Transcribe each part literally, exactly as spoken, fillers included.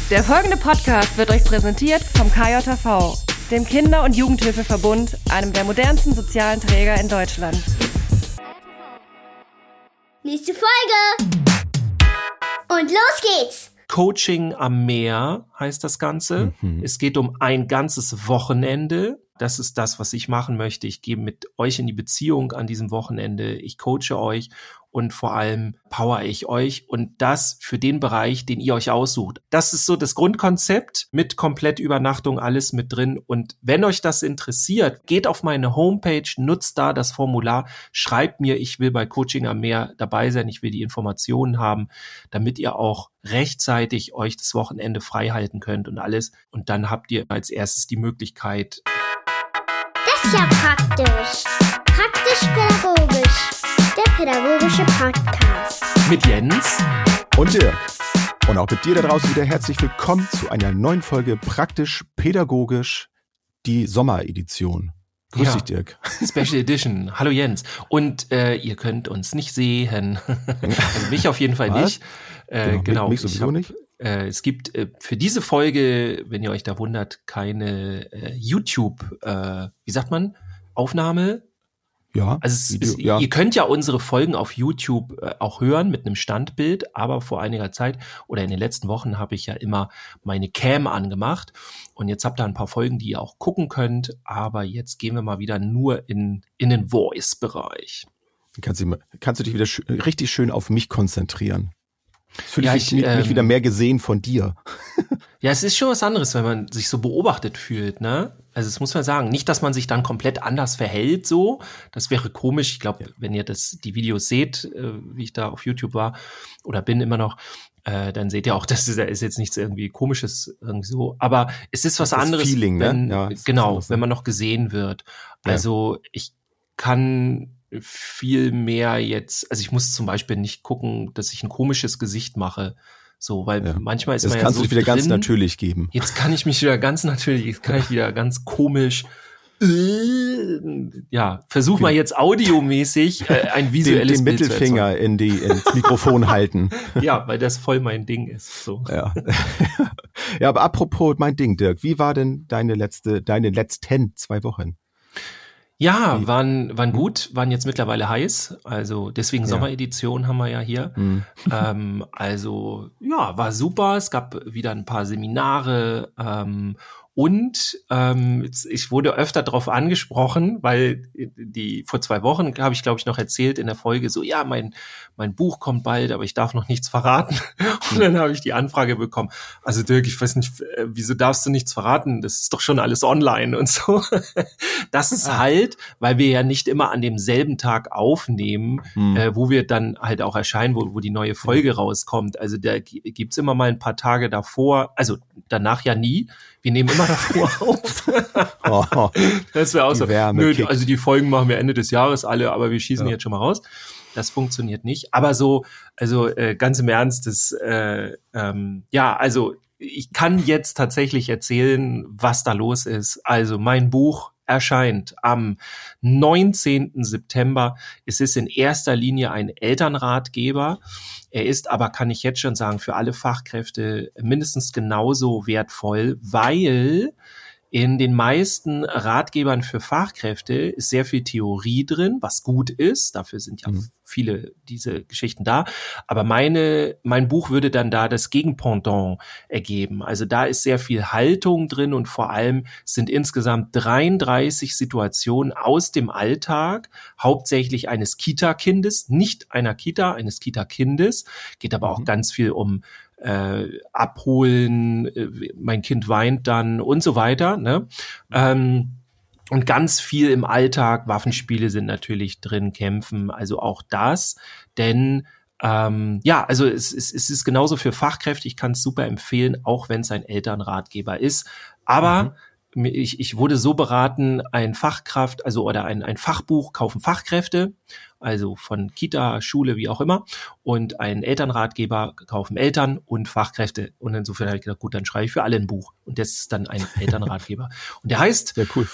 Der folgende Podcast wird euch präsentiert vom K J V, dem Kinder- und Jugendhilfeverbund, einem der modernsten sozialen Träger in Deutschland. Nächste Folge! Und los geht's! Coaching am Meer heißt das Ganze. Mhm. Es geht um ein ganzes Wochenende. Das ist das, was ich machen möchte. Ich gehe mit euch in die Beziehung an diesem Wochenende. Ich coache euch und vor allem power ich euch. Und das für den Bereich, den ihr euch aussucht. Das ist so das Grundkonzept mit Komplettübernachtung, alles mit drin. Und wenn euch das interessiert, geht auf meine Homepage, nutzt da das Formular, schreibt mir, ich will bei Coaching am Meer dabei sein, ich will die Informationen haben, damit ihr auch rechtzeitig euch das Wochenende frei halten könnt und alles. Und dann habt ihr als erstes die Möglichkeit. Das ist ja praktisch. Praktisch-pädagogisch. Der pädagogische Podcast. Mit Jens. Und Dirk. Und auch mit dir da draußen wieder herzlich willkommen zu einer neuen Folge Praktisch-pädagogisch, die Sommeredition. Grüß ja, dich, Dirk. Special Edition. Hallo Jens. Und äh, ihr könnt uns nicht sehen. Also mich auf jeden Fall Was? nicht. Äh, genau. genau. Mich sowieso hab, nicht. Äh, es gibt äh, für diese Folge, wenn ihr euch da wundert, keine äh, YouTube, äh, wie sagt man, Aufnahme. Ja. Also es, Video, es, ja. Ihr könnt ja unsere Folgen auf YouTube äh, auch hören mit einem Standbild, aber vor einiger Zeit oder in den letzten Wochen habe ich ja immer meine Cam angemacht und jetzt habt ihr ein paar Folgen, die ihr auch gucken könnt, aber jetzt gehen wir mal wieder nur in, in den Voice-Bereich. Kannst du, kannst du dich wieder sch- richtig schön auf mich konzentrieren? Fühle Ja, ich, ich, mich, ähm, mich wieder mehr gesehen von dir. Ja, es ist schon was anderes, wenn man sich so beobachtet fühlt, ne? Also das muss man sagen. Nicht, dass man sich dann komplett anders verhält, so. Das wäre komisch. Ich glaube, ja. Wenn ihr das die Videos seht, äh, wie ich da auf YouTube war oder bin immer noch, äh, dann seht ihr auch, das ist, ist jetzt nichts irgendwie Komisches irgendwie so. Aber es ist was das anderes, Feeling, wenn, ne? Ja, genau, anderes, wenn man noch gesehen wird. Ja. Also ich kann viel mehr jetzt, also ich muss zum Beispiel nicht gucken, dass ich ein komisches Gesicht mache. So, weil ja. manchmal ist das man ja so Das kannst du wieder drin, ganz natürlich geben. Jetzt kann ich mich wieder ganz natürlich, jetzt kann ich wieder ganz komisch, äh, ja, versuch mal jetzt audiomäßig äh, ein visuelles den, den Bild Mittelfinger zu in die ins Mikrofon halten. Ja, weil das voll mein Ding ist. So. Ja. Ja, aber apropos mein Ding, Dirk, wie war denn deine letzte, deine letzten zwei Wochen? Ja, waren, waren gut, waren jetzt mittlerweile heiß, also deswegen ja. Sommeredition haben wir ja hier. Mhm. Ähm, also ja, war super, es gab wieder ein paar Seminare ähm, und ähm, ich wurde öfter darauf angesprochen, weil die vor zwei Wochen habe ich, glaube ich, noch erzählt in der Folge so, ja, mein mein Buch kommt bald, aber ich darf noch nichts verraten. Und dann habe ich die Anfrage bekommen, also Dirk, ich weiß nicht, wieso darfst du nichts verraten? Das ist doch schon alles online und so. Das ist ah. halt, weil wir ja nicht immer an demselben Tag aufnehmen, hm. äh, wo wir dann halt auch erscheinen, wo, wo die neue Folge rauskommt. Also da gibt's immer mal ein paar Tage davor, also danach ja nie. Wir nehmen immer davor auf. Oh, das wäre auch so. Nö, also die Folgen machen wir Ende des Jahres alle, aber wir schießen ja. jetzt schon mal raus. Das funktioniert nicht. Aber so, also äh, ganz im Ernst, das, äh, ähm, ja, also ich kann jetzt tatsächlich erzählen, was da los ist. Also mein Buch erscheint am neunzehnten September. Es ist in erster Linie ein Elternratgeber. Er ist aber, kann ich jetzt schon sagen, für alle Fachkräfte mindestens genauso wertvoll, weil in den meisten Ratgebern für Fachkräfte ist sehr viel Theorie drin, was gut ist. Dafür sind ja mhm. viele diese Geschichten da. Aber meine, mein Buch würde dann da das Gegenpendant ergeben. Also da ist sehr viel Haltung drin und vor allem sind insgesamt dreiunddreißig Situationen aus dem Alltag, hauptsächlich eines Kita-Kindes, nicht einer Kita, eines Kita-Kindes. Geht aber auch mhm. ganz viel um Äh, abholen, äh, mein Kind weint dann und so weiter, ne? Ähm, und ganz viel im Alltag, Waffenspiele sind natürlich drin, Kämpfen, also auch das, denn ähm, ja, also es, es, es ist genauso für Fachkräfte, ich kann es super empfehlen, auch wenn es ein Elternratgeber ist, aber mhm. Ich, ich wurde so beraten, ein Fachkraft, also oder ein, ein Fachbuch kaufen Fachkräfte, also von Kita, Schule, wie auch immer, und ein Elternratgeber kaufen Eltern und Fachkräfte. Und insofern habe ich gedacht, gut, dann schreibe ich für alle ein Buch. Und das ist dann ein Elternratgeber. Und der heißt, ja, cool.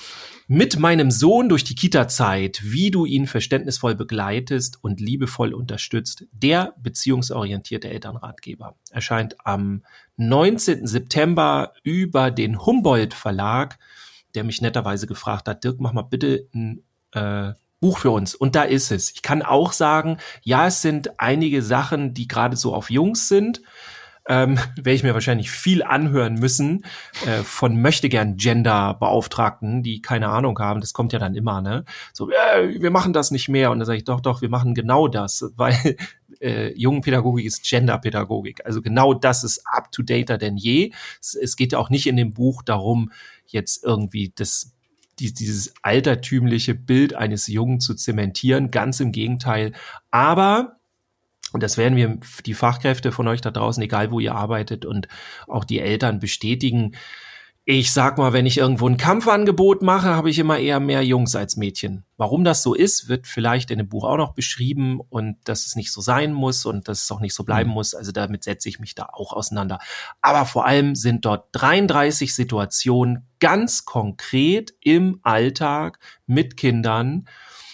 Mit meinem Sohn durch die Kita-Zeit, wie du ihn verständnisvoll begleitest und liebevoll unterstützt, der beziehungsorientierte Elternratgeber, erscheint am neunzehnten September über den Humboldt-Verlag, der mich netterweise gefragt hat, Dirk, mach mal bitte ein äh, Buch für uns. Und da ist es. Ich kann auch sagen, ja, es sind einige Sachen, die gerade so auf Jungs sind. Ähm, werde ich mir wahrscheinlich viel anhören müssen äh, von möchtegern Gender-Beauftragten, die keine Ahnung haben. Das kommt ja dann immer, ne? So, äh, wir machen das nicht mehr. Und dann sage ich, doch, doch, wir machen genau das, weil äh, Jungenpädagogik ist Gender-Pädagogik. Also genau das ist up-to-dater denn je. Es, es geht ja auch nicht in dem Buch darum, jetzt irgendwie das die, dieses altertümliche Bild eines Jungen zu zementieren. Ganz im Gegenteil. Aber und das werden wir, die Fachkräfte von euch da draußen, egal wo ihr arbeitet und auch die Eltern bestätigen. Ich sag mal, wenn ich irgendwo ein Kampfangebot mache, habe ich immer eher mehr Jungs als Mädchen. Warum das so ist, wird vielleicht in dem Buch auch noch beschrieben und dass es nicht so sein muss und dass es auch nicht so bleiben muss. Also damit setze ich mich da auch auseinander. Aber vor allem sind dort dreiunddreißig Situationen ganz konkret im Alltag mit Kindern.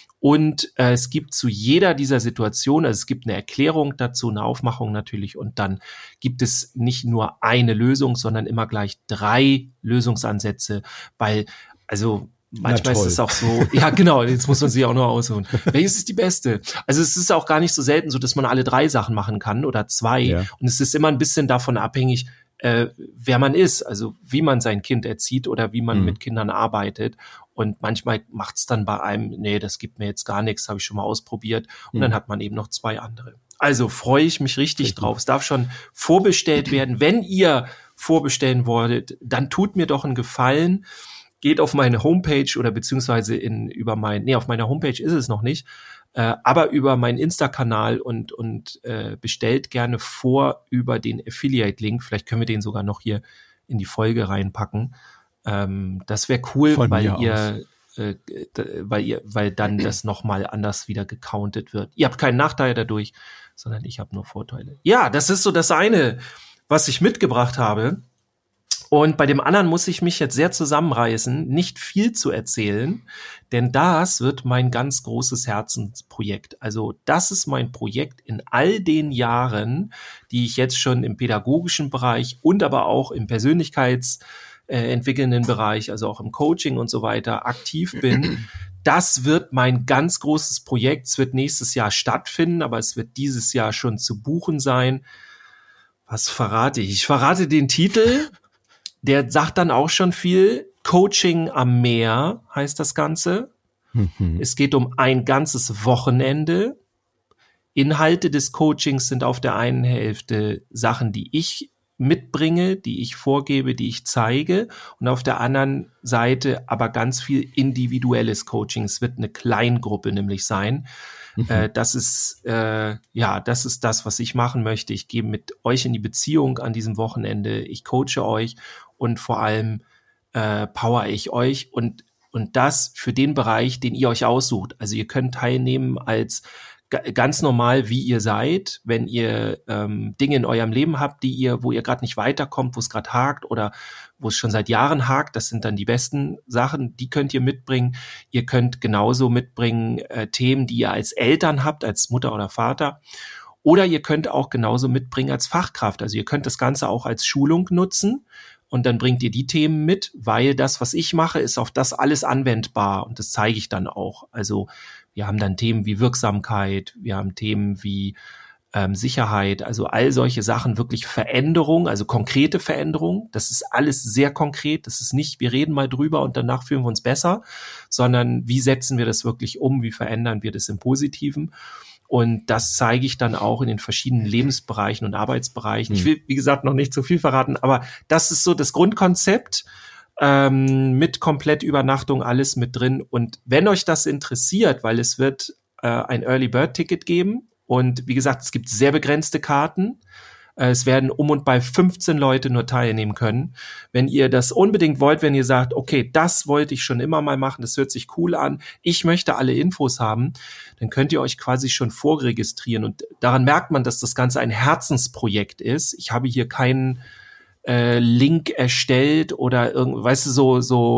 Und äh, es gibt zu jeder dieser Situationen, also es gibt eine Erklärung dazu, eine Aufmachung natürlich, und dann gibt es nicht nur eine Lösung, sondern immer gleich drei Lösungsansätze, weil, also manchmal ist es auch so, ja genau, jetzt muss man sich auch noch aussuchen. Welches ist die beste? Also es ist auch gar nicht so selten so, dass man alle drei Sachen machen kann oder zwei. Ja. Und es ist immer ein bisschen davon abhängig, äh, wer man ist, also wie man sein Kind erzieht oder wie man mhm. mit Kindern arbeitet. Und manchmal macht's dann bei einem, nee, das gibt mir jetzt gar nichts, habe ich schon mal ausprobiert. Und mhm. dann hat man eben noch zwei andere. Also freue ich mich richtig, richtig drauf. Es darf schon vorbestellt werden. Wenn ihr vorbestellen wolltet, dann tut mir doch einen Gefallen. Geht auf meine Homepage oder beziehungsweise in über mein, nee, auf meiner Homepage ist es noch nicht, äh, aber über meinen Insta-Kanal und und äh, bestellt gerne vor über den Affiliate-Link. Vielleicht können wir den sogar noch hier in die Folge reinpacken. Ähm, das wäre cool, Von weil ihr, äh, weil ihr, weil dann das nochmal anders wieder gecountet wird. Ihr habt keinen Nachteil dadurch, sondern ich habe nur Vorteile. Ja, das ist so das eine, was ich mitgebracht habe. Und bei dem anderen muss ich mich jetzt sehr zusammenreißen, nicht viel zu erzählen, denn das wird mein ganz großes Herzensprojekt. Also das ist mein Projekt in all den Jahren, die ich jetzt schon im pädagogischen Bereich und aber auch im persönlichkeitsentwickelnden Bereich, also auch im Coaching und so weiter aktiv bin. Das wird mein ganz großes Projekt. Es wird nächstes Jahr stattfinden, aber es wird dieses Jahr schon zu buchen sein. Was verrate ich? Ich verrate den Titel. Der sagt dann auch schon viel. Coaching am Meer heißt das Ganze. Mhm. Es geht um ein ganzes Wochenende. Inhalte des Coachings sind auf der einen Hälfte Sachen, die ich mitbringe, die ich vorgebe, die ich zeige. Und auf der anderen Seite aber ganz viel individuelles Coaching. Es wird eine Kleingruppe nämlich sein. Mhm. Äh, das ist, äh, ja, das ist das, was ich machen möchte. Ich gehe mit euch in die Beziehung an diesem Wochenende. Ich coache euch und vor allem äh, power ich euch und und das für den Bereich, den ihr euch aussucht. Also ihr könnt teilnehmen als g- ganz normal, wie ihr seid, wenn ihr ähm, Dinge in eurem Leben habt, die ihr, wo ihr gerade nicht weiterkommt, wo es gerade hakt oder wo es schon seit Jahren hakt. Das sind dann die besten Sachen, die könnt ihr mitbringen. Ihr könnt genauso mitbringen äh, Themen, die ihr als Eltern habt, als Mutter oder Vater. Oder ihr könnt auch genauso mitbringen als Fachkraft. Also ihr könnt das Ganze auch als Schulung nutzen. Und dann bringt ihr die Themen mit, weil das, was ich mache, ist auf das alles anwendbar. Und das zeige ich dann auch. Also wir haben dann Themen wie Wirksamkeit, wir haben Themen wie ähm, Sicherheit, also all solche Sachen, wirklich Veränderung, also konkrete Veränderung. Das ist alles sehr konkret. Das ist nicht, wir reden mal drüber und danach fühlen wir uns besser, sondern wie setzen wir das wirklich um, wie verändern wir das im Positiven? Und das zeige ich dann auch in den verschiedenen Lebensbereichen und Arbeitsbereichen. Ich will, wie gesagt, noch nicht zu viel verraten, aber das ist so das Grundkonzept ähm, mit Komplettübernachtung, alles mit drin. Und wenn euch das interessiert, weil es wird äh, ein Early Bird Ticket geben und wie gesagt, es gibt sehr begrenzte Karten. Es werden um und bei fünfzehn Leute nur teilnehmen können. Wenn ihr das unbedingt wollt, wenn ihr sagt, okay, das wollte ich schon immer mal machen, das hört sich cool an, ich möchte alle Infos haben, dann könnt ihr euch quasi schon vorregistrieren. Und daran merkt man, dass das Ganze ein Herzensprojekt ist. Ich habe hier keinen äh, Link erstellt oder irgend, weißt du, so, so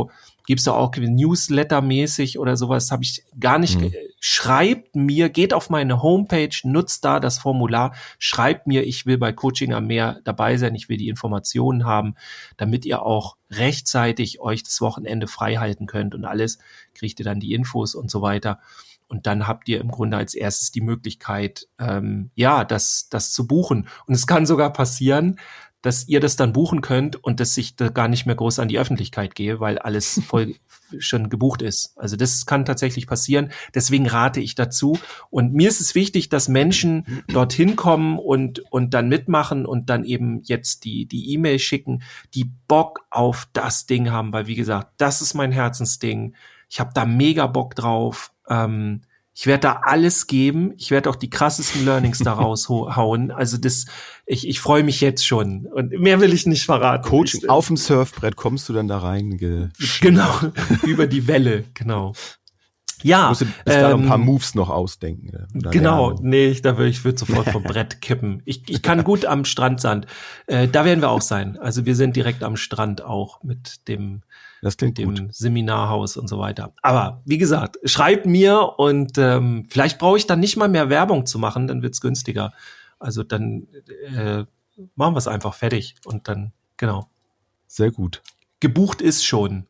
gibt's da auch Newsletter-mäßig oder sowas, habe ich gar nicht. Mhm. Schreibt mir, geht auf meine Homepage, nutzt da das Formular, schreibt mir, ich will bei Coaching am Meer dabei sein, ich will die Informationen haben, damit ihr auch rechtzeitig euch das Wochenende frei halten könnt und alles, kriegt ihr dann die Infos und so weiter. Und dann habt ihr im Grunde als erstes die Möglichkeit, ähm, ja, das, das zu buchen. Und es kann sogar passieren, dass ihr das dann buchen könnt und dass ich da gar nicht mehr groß an die Öffentlichkeit gehe, weil alles voll schon gebucht ist. Also das kann tatsächlich passieren. Deswegen rate ich dazu. Und mir ist es wichtig, dass Menschen dorthin kommen und, und dann mitmachen und dann eben jetzt die, die E-Mail schicken, die Bock auf das Ding haben. Weil wie gesagt, das ist mein Herzensding. Ich habe da mega Bock drauf. Ähm, Ich werde da alles geben. Ich werde auch die krassesten Learnings da raushauen. Also das, ich, ich freue mich jetzt schon. Und mehr will ich nicht verraten. Coaching auf dem Surfbrett, kommst du dann da rein? Genau, über die Welle, genau. Ja. Du musst bis ähm, da ein paar Moves noch ausdenken. Genau, lernen. nee, ich, da würde ich würde sofort vom Brett kippen. Ich, ich kann gut am Strandsand. Äh, da werden wir auch sein. Also wir sind direkt am Strand auch mit dem Das klingt mit dem gut. Seminarhaus und so weiter. Aber wie gesagt, schreibt mir und ähm, vielleicht brauche ich dann nicht mal mehr Werbung zu machen, dann wird's günstiger. Also dann äh, machen wir es einfach fertig und dann, genau. Sehr gut. Gebucht ist schon.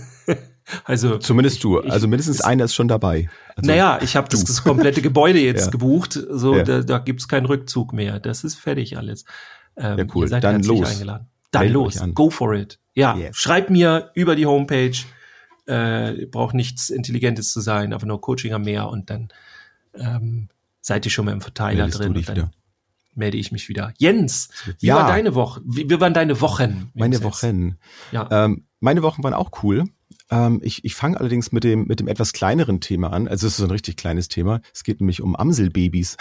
Also zumindest du, ich, also mindestens ist, einer ist schon dabei. Also naja, ich habe das, das komplette Gebäude jetzt ja. gebucht, so ja. da, da gibt's keinen Rückzug mehr. Das ist fertig alles. Ähm, ja, cool. Ihr seid dann herzlich los. eingeladen. Dann Meldet los, euch an. go for it. Ja, Yes. schreibt mir über die Homepage. Äh, braucht nichts Intelligentes zu sein, einfach nur Coaching am Meer und dann ähm, seid ihr schon mal im Verteiler Meldest drin du dich und dann wieder. melde ich mich wieder. Jens, wie Ja. war deine Woche? Wie, wie waren deine Wochen? Meine Jens? Wochen. Ja. Ähm, meine Wochen waren auch cool. Ähm, ich ich fange allerdings mit dem mit dem etwas kleineren Thema an. Also es ist so ein richtig kleines Thema. Es geht nämlich um Amselbabys.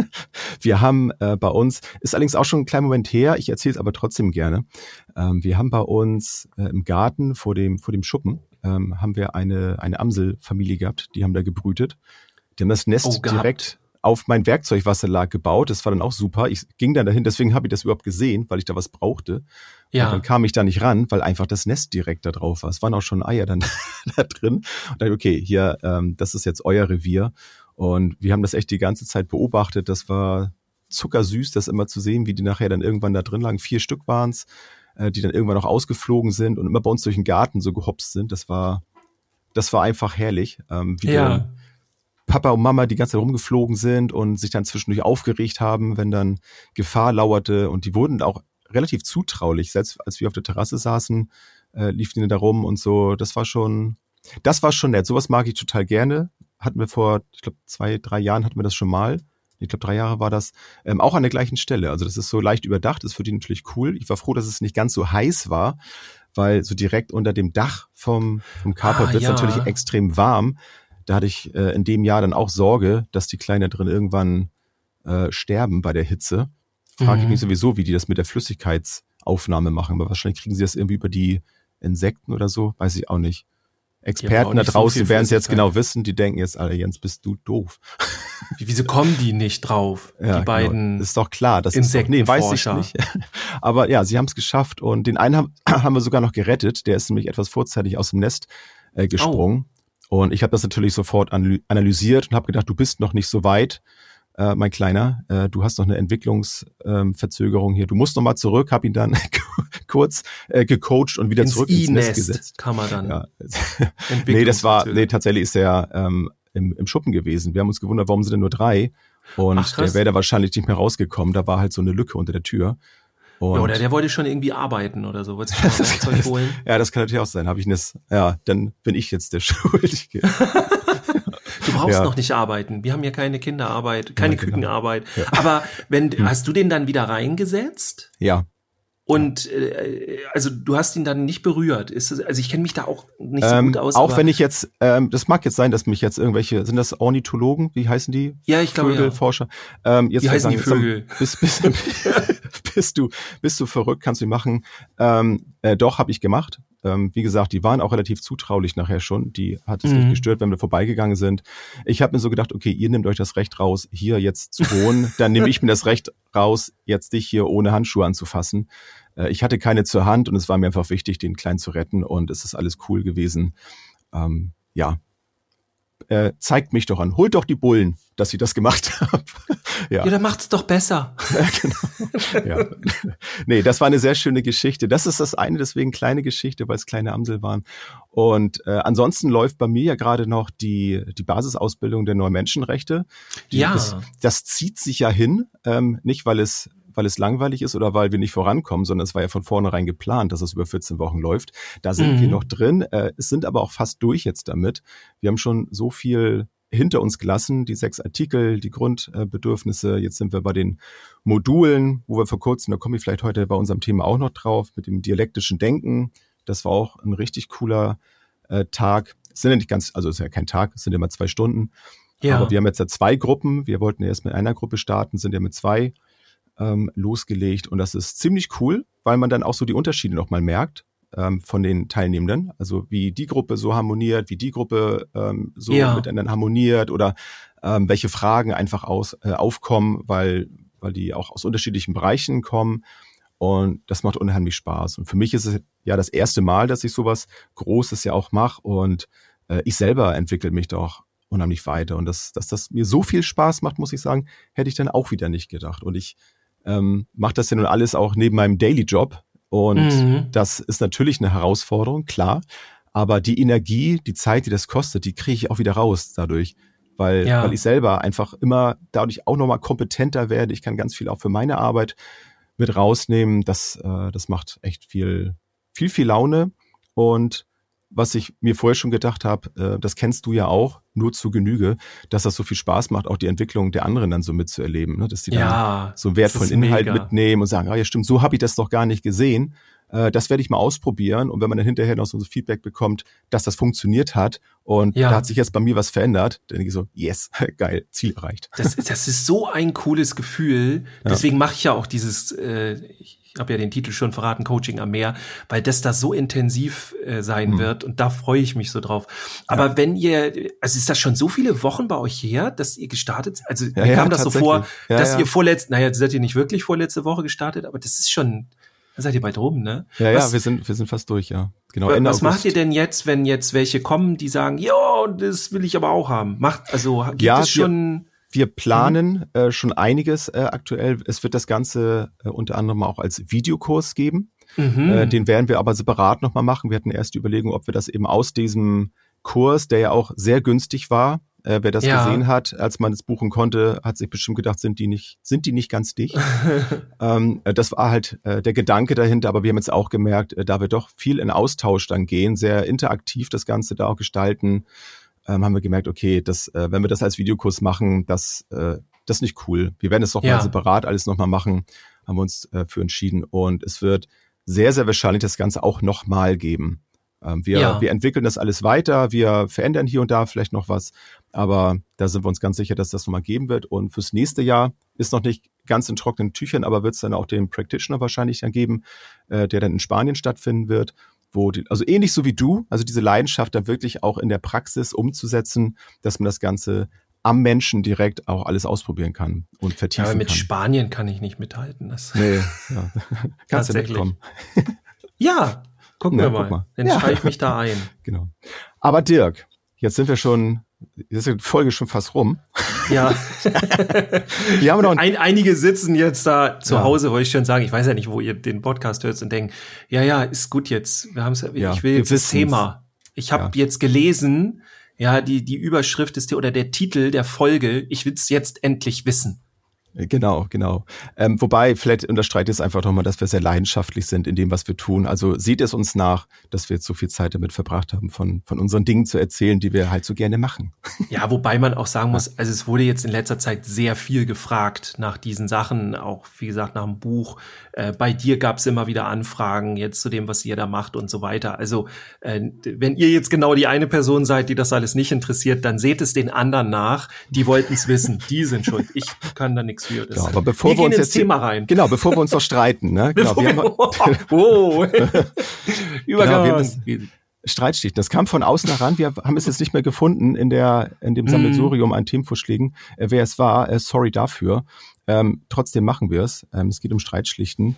Wir haben äh, bei uns, ist allerdings auch schon ein kleiner Moment her, ich erzähle es aber trotzdem gerne. Ähm, wir haben bei uns äh, im Garten vor dem vor dem Schuppen ähm, haben wir eine eine Amselfamilie gehabt, die haben da gebrütet. Die haben das Nest Oh, gehabt. direkt auf mein Werkzeugwasserlag gebaut. Das war dann auch super. Ich ging dann dahin, deswegen habe ich das überhaupt gesehen, weil ich da was brauchte. Ja. Und dann kam ich da nicht ran, weil einfach das Nest direkt da drauf war. Es waren auch schon Eier dann da drin. Und dann, okay, hier, ähm, das ist jetzt euer Revier. Und wir haben das echt die ganze Zeit beobachtet. Das war zuckersüß, das immer zu sehen, wie die nachher dann irgendwann da drin lagen. Vier Stück waren's, äh, die dann irgendwann noch ausgeflogen sind und immer bei uns durch den Garten so gehopst sind. Das war, das war einfach herrlich. Ähm, wie Ja. dann Papa und Mama die ganze Zeit rumgeflogen sind und sich dann zwischendurch aufgeregt haben, wenn dann Gefahr lauerte. Und die wurden auch relativ zutraulich. Selbst als wir auf der Terrasse saßen, äh, liefen die da rum und so. Das war schon, das war schon nett. Sowas mag ich total gerne. Hatten wir vor, ich glaube, zwei, drei Jahren hatten wir das schon mal. Ich glaube, drei Jahre war das. Ähm, auch an der gleichen Stelle. Also das ist so leicht überdacht. Das ist für die natürlich cool. Ich war froh, dass es nicht ganz so heiß war, weil so direkt unter dem Dach vom, vom Carport Ah, wird es ja. natürlich extrem warm. Da hatte ich äh, in dem Jahr dann auch Sorge, dass die Kleinen da drin irgendwann äh, sterben bei der Hitze. Frage ich Mhm. mich sowieso, wie die das mit der Flüssigkeitsaufnahme machen. Aber wahrscheinlich kriegen sie das irgendwie über die Insekten oder so. Weiß ich auch nicht. auch Experten da nicht so draußen viel werden es jetzt Flüssigkeit. genau wissen. Die denken jetzt, Alter, Jens, bist du doof. Wie, wieso kommen die nicht drauf? Ja, die beiden. Genau. Ist doch klar. Das ist doch, nee, weiß ich Insektenforscher. nicht. Aber ja, sie haben es geschafft. Und den einen haben, haben wir sogar noch gerettet. Der ist nämlich etwas vorzeitig aus dem Nest äh, gesprungen. Und ich habe das natürlich sofort analy- analysiert und habe gedacht, du bist noch nicht so weit, äh, mein Kleiner. Äh, du hast noch eine Entwicklungsverzögerung ähm, hier. Du musst noch mal zurück. Habe ihn dann kurz äh, gecoacht und wieder ins zurück ins Nest I-Nest gesetzt. kann man dann. Ja. Nee, das war, Entwicklungsverzögerung. nee, tatsächlich ist er ähm, im, im Schuppen gewesen. Wir haben uns gewundert, warum sind denn nur drei? Und Ach, krass. der wäre da wahrscheinlich nicht mehr rausgekommen. Da war halt so eine Lücke unter der Tür. Und Ja, oder der wollte schon irgendwie arbeiten oder so. Wolltest du mal Werkzeug holen? ja, das kann natürlich auch sein. Habe ich das? Ja, dann bin ich jetzt der Schuldige. Du brauchst Ja. noch nicht arbeiten. Wir haben ja keine Kinderarbeit, keine Ja, genau. Küchenarbeit. Ja. Aber wenn, hast du den dann wieder reingesetzt? Ja. Und äh, also du hast ihn dann nicht berührt. Ist es, also ich kenne mich da auch nicht so Ähm, gut aus. auch aber wenn ich jetzt, ähm, das mag jetzt sein, dass mich jetzt irgendwelche, sind das Ornithologen? Wie heißen die? Ja, ich glaube, ja. Vögelforscher. Ähm, jetzt Wie heißen die sagen, Vögel? Bist, bist, bist du, bist du verrückt? Kannst du machen? Ähm, äh, doch, habe ich gemacht. Ähm, wie gesagt, die waren auch relativ zutraulich nachher schon. Die hat es Mhm. nicht gestört, wenn wir vorbeigegangen sind. Ich habe mir so gedacht, okay, ihr nehmt euch das Recht raus, hier jetzt zu wohnen. Dann nehme ich mir das Recht raus, jetzt dich hier ohne Handschuhe anzufassen. äh, ich hatte keine zur Hand und es war mir einfach wichtig, den Kleinen zu retten und es ist alles cool gewesen. Ähm, ja, äh, zeigt mich doch an, holt doch die Bullen, dass ich das gemacht habe. ja. ja, dann macht's doch besser. genau. ja. Nee, das war eine sehr schöne Geschichte. Das ist das eine, deswegen kleine Geschichte, weil es kleine Amsel waren. Und äh, ansonsten läuft bei mir ja gerade noch die die Basisausbildung der neuen Menschenrechte. Die, ja. Das, das zieht sich ja hin, ähm, nicht weil es weil es langweilig ist oder weil wir nicht vorankommen, sondern es war ja von vornherein geplant, dass es über vierzehn Wochen läuft. Da sind mhm. wir noch drin. Äh, es sind aber auch fast durch jetzt damit. Wir haben schon so viel hinter uns gelassen, die sechs Artikel, die Grundbedürfnisse. Jetzt sind wir bei den Modulen, wo wir vor kurzem, da komme ich vielleicht heute bei unserem Thema auch noch drauf, mit dem dialektischen Denken. Das war auch ein richtig cooler äh, Tag. Es sind ja nicht ganz, also es ist ja kein Tag, es sind immer zwei Stunden. Ja. Aber wir haben jetzt ja zwei Gruppen. Wir wollten erst mit einer Gruppe starten, sind ja mit zwei ähm, losgelegt. Und das ist ziemlich cool, weil man dann auch so die Unterschiede nochmal merkt ähm, von den Teilnehmenden. Also wie die Gruppe so harmoniert, wie die Gruppe ähm, so ja. miteinander harmoniert oder ähm, welche Fragen einfach aus, äh, aufkommen, weil, weil die auch aus unterschiedlichen Bereichen kommen. Und das macht unheimlich Spaß. Und für mich ist es ja das erste Mal, dass ich sowas Großes ja auch mache. Und äh, ich selber entwickle mich doch unheimlich weiter. Und dass, dass das mir so viel Spaß macht, muss ich sagen, hätte ich dann auch wieder nicht gedacht. Und ich ähm, mache das ja nun alles auch neben meinem Daily-Job. Und mhm. das ist natürlich eine Herausforderung, klar. Aber die Energie, die Zeit, die das kostet, die kriege ich auch wieder raus dadurch. Weil, ja. weil ich selber einfach immer dadurch auch nochmal kompetenter werde. Ich kann ganz viel auch für meine Arbeit mit rausnehmen. Das, äh, das macht echt viel, viel, viel Laune. Und was ich mir vorher schon gedacht habe, äh, das kennst du ja auch, nur zu Genüge, dass das so viel Spaß macht, auch die Entwicklung der anderen dann so mitzuerleben, ne? Dass die ja, dann so wertvollen Inhalt mega. mitnehmen und sagen, ah ja stimmt, so habe ich das doch gar nicht gesehen. Äh, das werde ich mal ausprobieren. Und wenn man dann hinterher noch so ein Feedback bekommt, dass das funktioniert hat und ja. da hat sich jetzt bei mir was verändert, dann denke ich so, yes, geil, Ziel erreicht. Das, das ist so ein cooles Gefühl. Ja. Deswegen mache ich ja auch dieses, äh, ich habe ja den Titel schon verraten, Coaching am Meer, weil das da so intensiv äh, sein mhm. wird und da freue ich mich so drauf. Aber ja. wenn ihr, also ist das schon so viele Wochen bei euch her, dass ihr gestartet, also ja, mir ja, kam das so vor, ja, dass ja. ihr vorletzt, naja, seid ihr nicht wirklich vorletzte Woche gestartet, aber das ist schon, da seid ihr bald rum, ne? Ja, was, ja, wir sind, wir sind fast durch, ja. Genau. Was Ende August. Macht ihr denn jetzt, wenn jetzt welche kommen, die sagen, ja, das will ich aber auch haben? Macht, also gibt ja, es schon... Wir, wir planen äh, schon einiges äh, aktuell. Es wird das Ganze äh, unter anderem auch als Videokurs geben. Mhm. Äh, den werden wir aber separat nochmal machen. Wir hatten erst die Überlegung, ob wir das eben aus diesem Kurs, der ja auch sehr günstig war, äh, wer das ja. gesehen hat, als man es buchen konnte, hat sich bestimmt gedacht, sind die nicht, sind die nicht ganz dicht. ähm, das war halt äh, der Gedanke dahinter, aber wir haben jetzt auch gemerkt, äh, da wir doch viel in Austausch dann gehen, sehr interaktiv das Ganze da auch gestalten, ähm, haben wir gemerkt, okay, das, äh, wenn wir das als Videokurs machen, das, äh, das ist nicht cool. Wir werden es doch ja. mal separat alles nochmal machen, haben wir uns äh, für entschieden. Und es wird sehr, sehr wahrscheinlich das Ganze auch nochmal geben. Ähm, wir, ja. wir entwickeln das alles weiter, wir verändern hier und da vielleicht noch was, aber da sind wir uns ganz sicher, dass das nochmal geben wird. Und fürs nächste Jahr ist noch nicht ganz in trockenen Tüchern, aber wird es dann auch den Practitioner wahrscheinlich dann geben, äh, der dann in Spanien stattfinden wird. Wo die, also ähnlich so wie du, also diese Leidenschaft dann wirklich auch in der Praxis umzusetzen, dass man das Ganze am Menschen direkt auch alles ausprobieren kann und vertiefen kann. Ja, aber mit kann. Spanien kann ich nicht mithalten. Das nee, ja. Kannst du mitkommen. Ja, gucken ja, wir mal. Guck mal. Dann ja. schreibe ich mich da ein. Genau. Aber Dirk, jetzt sind wir schon, jetzt ist die Folge schon fast rum. Ja. Wir haben noch ein ein, einige sitzen jetzt da zu ja. Hause, wollte ich schon sagen. Ich weiß ja nicht, wo ihr den Podcast hört und denken, ja, ja, ist gut jetzt. Wir haben es, ja, ich will jetzt das Thema. Ich habe ja. jetzt gelesen, ja, die, die Überschrift ist oder der Titel der Folge. Ich will es jetzt endlich wissen. Genau, genau. Ähm, wobei, vielleicht unterstreicht es einfach nochmal, dass wir sehr leidenschaftlich sind in dem, was wir tun. Also seht es uns nach, dass wir jetzt so viel Zeit damit verbracht haben, von von unseren Dingen zu erzählen, die wir halt so gerne machen. Ja, wobei man auch sagen muss, also es wurde jetzt in letzter Zeit sehr viel gefragt nach diesen Sachen, auch wie gesagt nach dem Buch. Äh, bei dir gab es immer wieder Anfragen jetzt zu dem, was ihr da macht und so weiter. Also äh, wenn ihr jetzt genau die eine Person seid, die das alles nicht interessiert, dann seht es den anderen nach. Die wollten es wissen, die sind schuld. Ich kann da nichts. Das ja, aber bevor wir, wir uns ins jetzt Thema rein. Genau, bevor wir uns noch streiten, ne? Genau, wir haben, oh, Übergang. Genau, Streitstich. Das kam von außen heran. Wir haben es jetzt nicht mehr gefunden in der in dem Sammelsurium an Themenvorschlägen, äh, wer es war. Äh, sorry dafür. Ähm, trotzdem machen wir es. Ähm, es geht um Streitschlichten.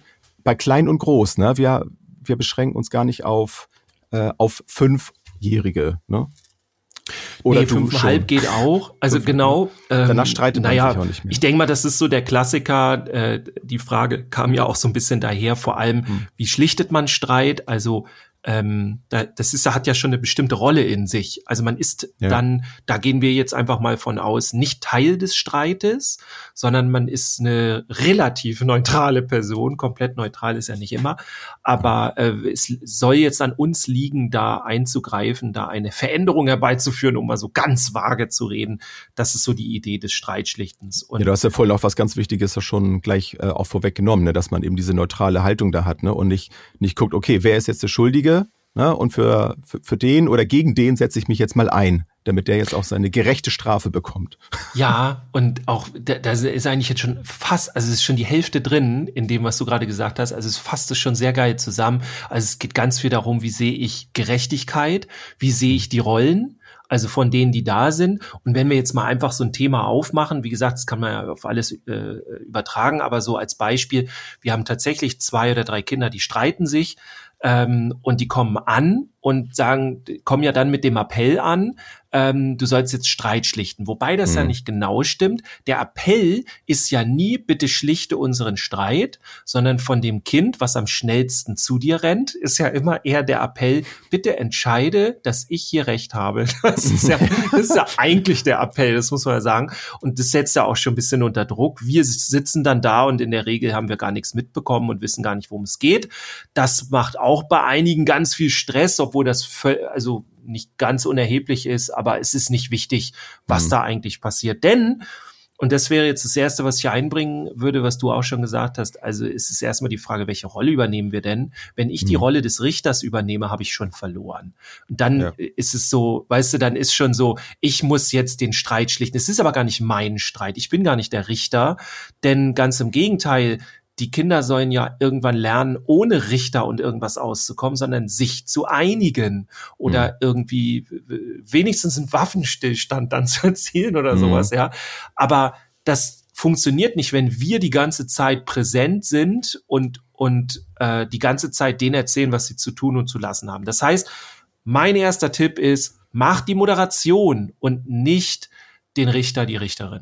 bei klein und groß, ne? Wir, wir beschränken uns gar nicht auf, äh, auf Fünfjährige, ne? Oder nee, fünfeinhalb geht auch. Also Fünf, genau. Ähm, danach streitet man naja, sich auch nicht mehr. Ich denke mal, das ist so der Klassiker. Äh, die Frage kam ja auch so ein bisschen daher, vor allem, hm. wie schlichtet man Streit? Also ähm, da, das ist, hat ja schon eine bestimmte Rolle in sich. Also man ist ja. dann, da gehen wir jetzt einfach mal von aus, nicht Teil des Streites, sondern man ist eine relativ neutrale Person. Komplett neutral ist ja nicht immer. Aber äh, es soll jetzt an uns liegen, da einzugreifen, da eine Veränderung herbeizuführen, um mal so ganz vage zu reden. Das ist so die Idee des Streitschlichtens. Und ja, du hast ja vorhin auch was ganz Wichtiges ja schon gleich äh, auch vorweggenommen, ne? Dass man eben diese neutrale Haltung da hat, ne? Und nicht, nicht guckt, okay, wer ist jetzt der Schuldige? Ne? Und für, für, für den oder gegen den setze ich mich jetzt mal ein, damit der jetzt auch seine gerechte Strafe bekommt. Ja, und auch, da, da ist eigentlich jetzt schon fast, also es ist schon die Hälfte drin in dem, was du gerade gesagt hast. Also es fasst es schon sehr geil zusammen. Also es geht ganz viel darum, wie sehe ich Gerechtigkeit, wie sehe ich die Rollen, also von denen, die da sind. Und wenn wir jetzt mal einfach so ein Thema aufmachen, wie gesagt, das kann man ja auf alles äh, übertragen, aber so als Beispiel, wir haben tatsächlich zwei oder drei Kinder, die streiten sich, ähm, und die kommen an und sagen, kommen ja dann mit dem Appell an, ähm, du sollst jetzt Streit schlichten. Wobei das mhm. ja nicht genau stimmt. Der Appell ist ja nie, bitte schlichte unseren Streit, sondern von dem Kind, was am schnellsten zu dir rennt, ist ja immer eher der Appell, bitte entscheide, dass ich hier recht habe. Das ist ja, das ist ja eigentlich der Appell, das muss man ja sagen. Und das setzt ja auch schon ein bisschen unter Druck. Wir sitzen dann da und in der Regel haben wir gar nichts mitbekommen und wissen gar nicht, worum es geht. Das macht auch bei einigen ganz viel Stress, obwohl das völ- also nicht ganz unerheblich ist, aber es ist nicht wichtig, was mhm. da eigentlich passiert. Denn, und das wäre jetzt das Erste, was ich einbringen würde, was du auch schon gesagt hast, also ist es erstmal die Frage, welche Rolle übernehmen wir denn? Wenn ich mhm. die Rolle des Richters übernehme, habe ich schon verloren. Und dann ja. ist es so, weißt du, dann ist schon so, ich muss jetzt den Streit schlichten. Es ist aber gar nicht mein Streit. Ich bin gar nicht der Richter, denn ganz im Gegenteil, die Kinder sollen ja irgendwann lernen, ohne Richter und irgendwas auszukommen, sondern sich zu einigen oder mhm. irgendwie wenigstens einen Waffenstillstand dann zu erzielen oder mhm. sowas, ja. Aber das funktioniert nicht, wenn wir die ganze Zeit präsent sind und, und äh, die ganze Zeit denen erzählen, was sie zu tun und zu lassen haben. Das heißt, mein erster Tipp ist, mach die Moderation und nicht den Richter, die Richterin.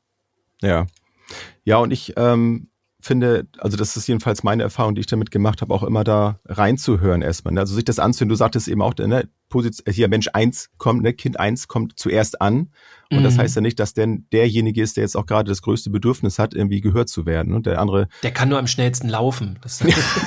Ja. Ja, und ich, ähm, finde, also das ist jedenfalls meine Erfahrung, die ich damit gemacht habe, auch immer da reinzuhören erstmal. Also sich das anzuhören. Du sagtest eben auch, ne, Position, hier Mensch eins kommt, ne, Kind eins kommt zuerst an. Und mhm. das heißt ja nicht, dass denn derjenige ist, der jetzt auch gerade das größte Bedürfnis hat, irgendwie gehört zu werden. Und der andere. Der kann nur am schnellsten laufen. Das,